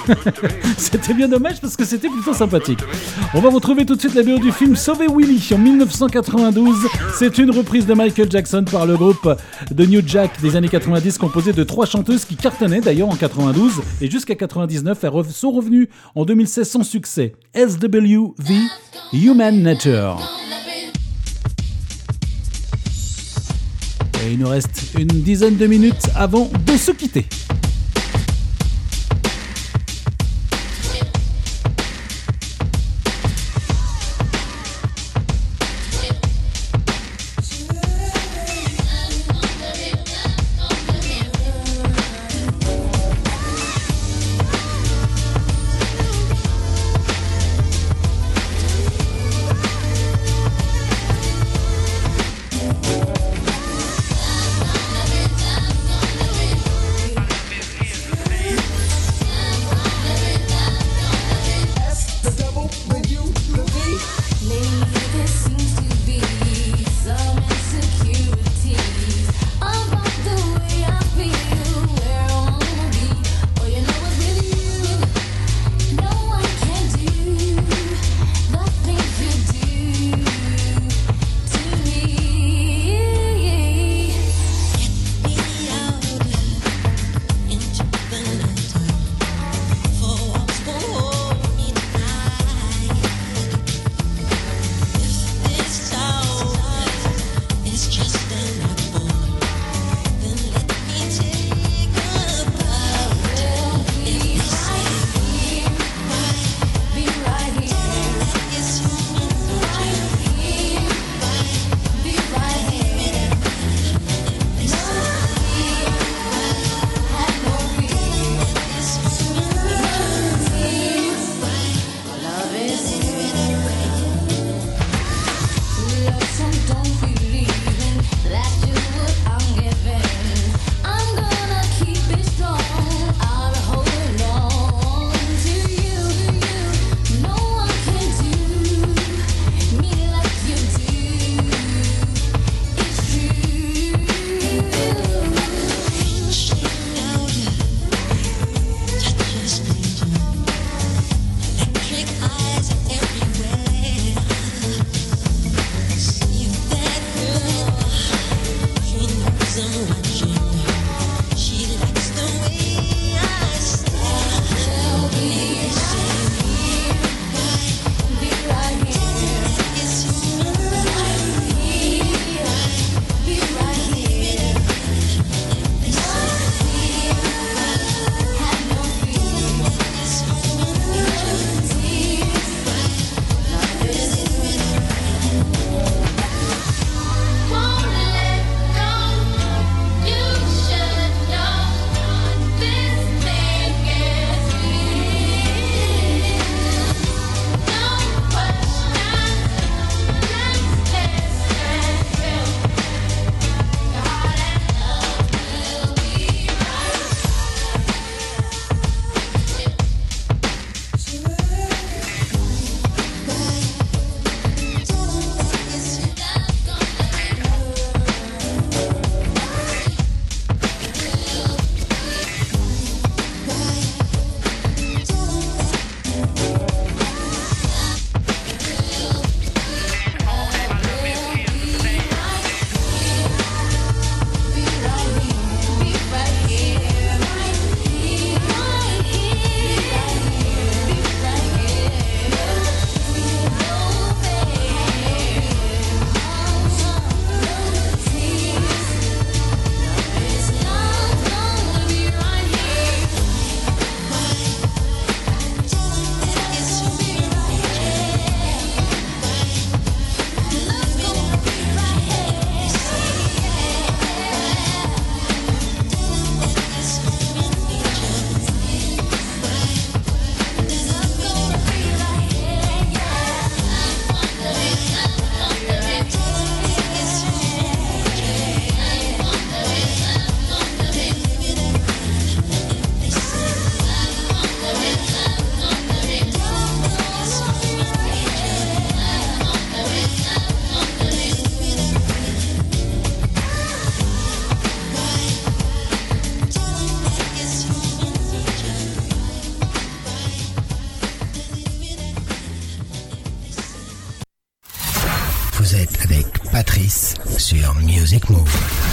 C'était bien dommage parce que c'était plutôt sympathique. On va retrouver tout de suite la BO du film Sauver Willy en 1992. C'est une reprise de Michael Jackson par le groupe The New Jack des années 90 composé de 3 chanteuses qui cartonnaient d'ailleurs en 92 et jusqu'à 99 elles sont revenues en 2016 sans succès. SWV Human Nature. Et il nous reste une dizaine de minutes avant de se quitter. I've been Vous êtes avec Patrice sur Music Move.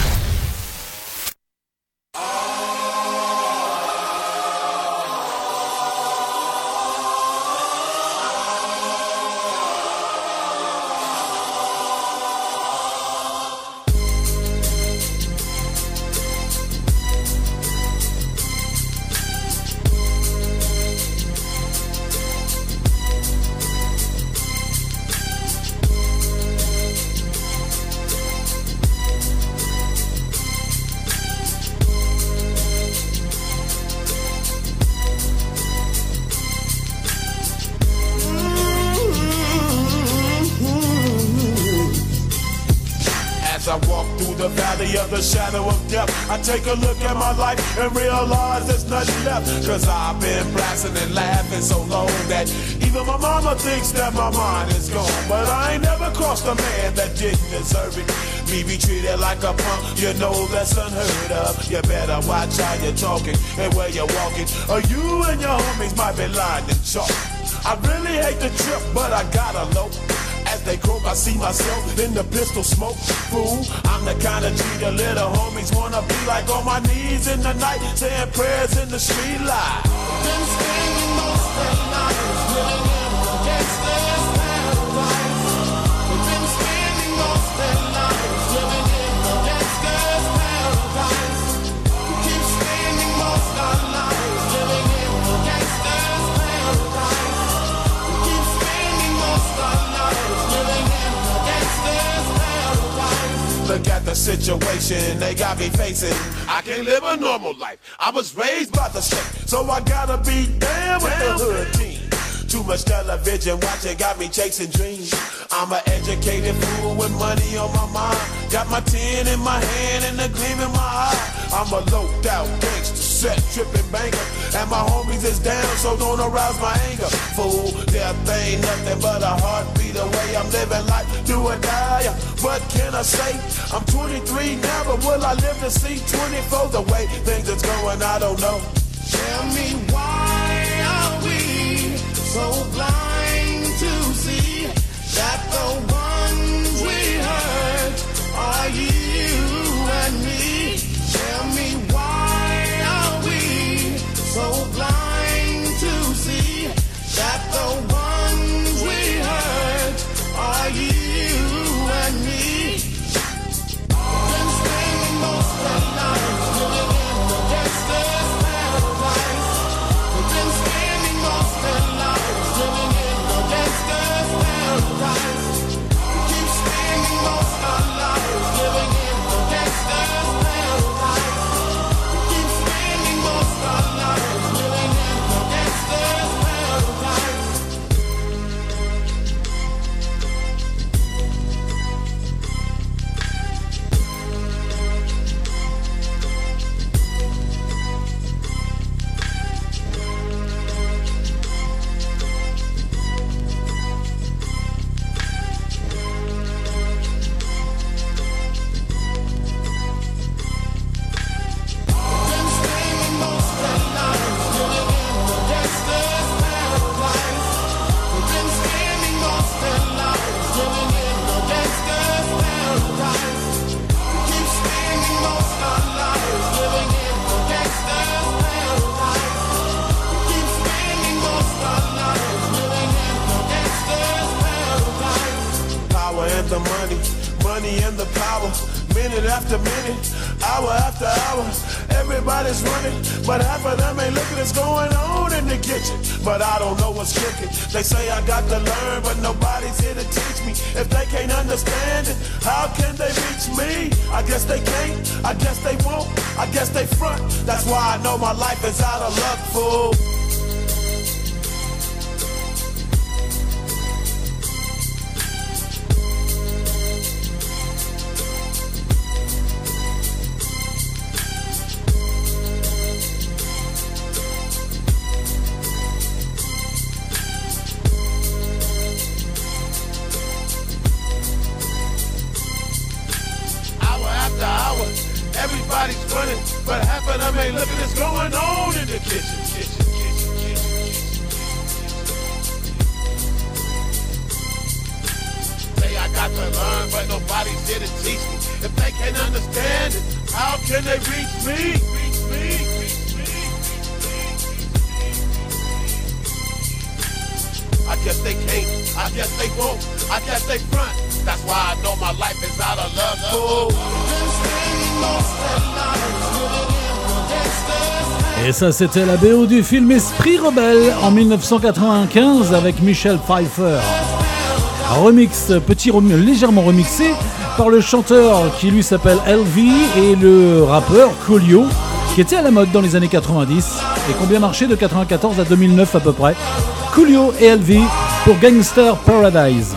As I walk through the valley of the shadow of death, I take a look at my life and realize there's nothing left. Cause I've been blasting and laughing so long that even my mama thinks that my mind is gone. But I ain't never crossed a man that didn't deserve it. Me be treated like a punk, you know that's unheard of. You better watch how you're talking and where you're walking, or you and your homies might be lying in chalk. I really hate the trip, but I gotta low. As they croak, I see myself in the pistol smoke. Fool, I'm the kind of G the little homies wanna be like, on my knees in the night, saying prayers in the street light. Been spending most of their lives living in a gangster's paradise. We've been spending most of their lives living in a gangster's paradise. We keep spending most of our lives living in a gangster's paradise. We keep spending most of our lives living in a gangster's paradise. Look at the situation they got me facing. I can't live a normal life. I was raised by the state, so I gotta be down with the hood team. Too much television watching got me chasing dreams. I'm an educated fool with money on my mind. Got my tin in my hand and a gleam in my eye. I'm a loped out gangster, set tripping banker, and my homies is down, so don't arouse my anger. Fool, death ain't nothing but a heartbeat away. I'm living life, do or die. What can I say? I'm 23 now, but will I live to see 24? The way things is going, I don't know. Tell me why are we so blind to see that the ones we hurt are you and me? Tell me why are we so blind to see that the ones we hurt are you and me? Been spending most of our lives living in a gangster's paradise. We've been spending most of our lives living in a gangster's paradise. We keep spending most of our lives living in a gangster's paradise. We keep spending most of our lives living in a gangster's paradise. Been spending most of our lives living in a gangster's paradise. We've been spending most of our lives living in a gangster's paradise. We keep spending most of our lives living in a gangster's paradise. We keep spending most of our lives living in a gangster's paradise. Power and the money, money and the power. Minute after minute, hour after hour, everybody's running, but half of them ain't looking what's going on in the kitchen. But I don't know what's cooking. They say I got to learn, but nobody's here to teach me. If they can't understand it, how can they reach me? I guess they can't, I guess they won't, I guess they front. That's why I know my life is out of luck, fool. Hour after hour, everybody's running, but half of them ain't looking what's going on in the kitchen. Say I got got to learn, but nobody's here to teach me. If they can't understand it, how can they reach me? I guess they can't, I guess they won't, I guess they front. That's why I know my life is out of love. Fool. Et ça, c'était la BO du film Esprit Rebelle en 1995 avec Michel Pfeiffer. Un remix, légèrement remixé par le chanteur qui lui s'appelle LV et le rappeur Coolio, qui était à la mode dans les années 90 et qui ont bien marché de 94 à 2009 à peu près. Coolio et LV pour Gangster Paradise.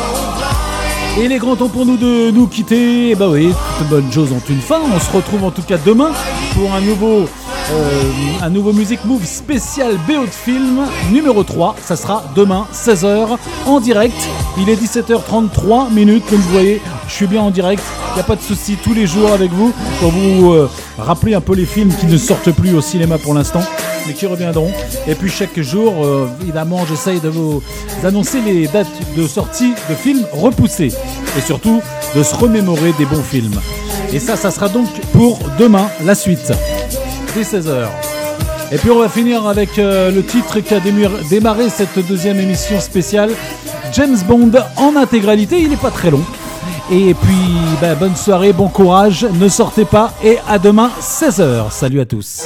Et il est grand temps pour nous de nous quitter. Bah oui, toutes bonnes choses ont une fin. On se retrouve en tout cas demain pour un nouveau Music Move spécial BO de film numéro 3. Ça sera demain 16h en direct. Il est 17h33 minutes, donc vous voyez, je suis bien en direct. Il n'y a pas de souci, tous les jours avec vous pour vous rappeler un peu les films qui ne sortent plus au cinéma pour l'instant, mais qui reviendront. Et puis chaque jour, évidemment, j'essaye de vous annoncer les dates de sortie de films repoussés et surtout de se remémorer des bons films. Et ça sera donc pour demain, la suite, dès 16h. Et puis on va finir avec le titre qui a démarré cette deuxième émission spéciale, James Bond en intégralité. Il n'est pas très long. Et puis, bonne soirée, bon courage, ne sortez pas et à demain 16h. Salut à tous.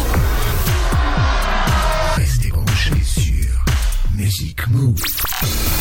Music Move.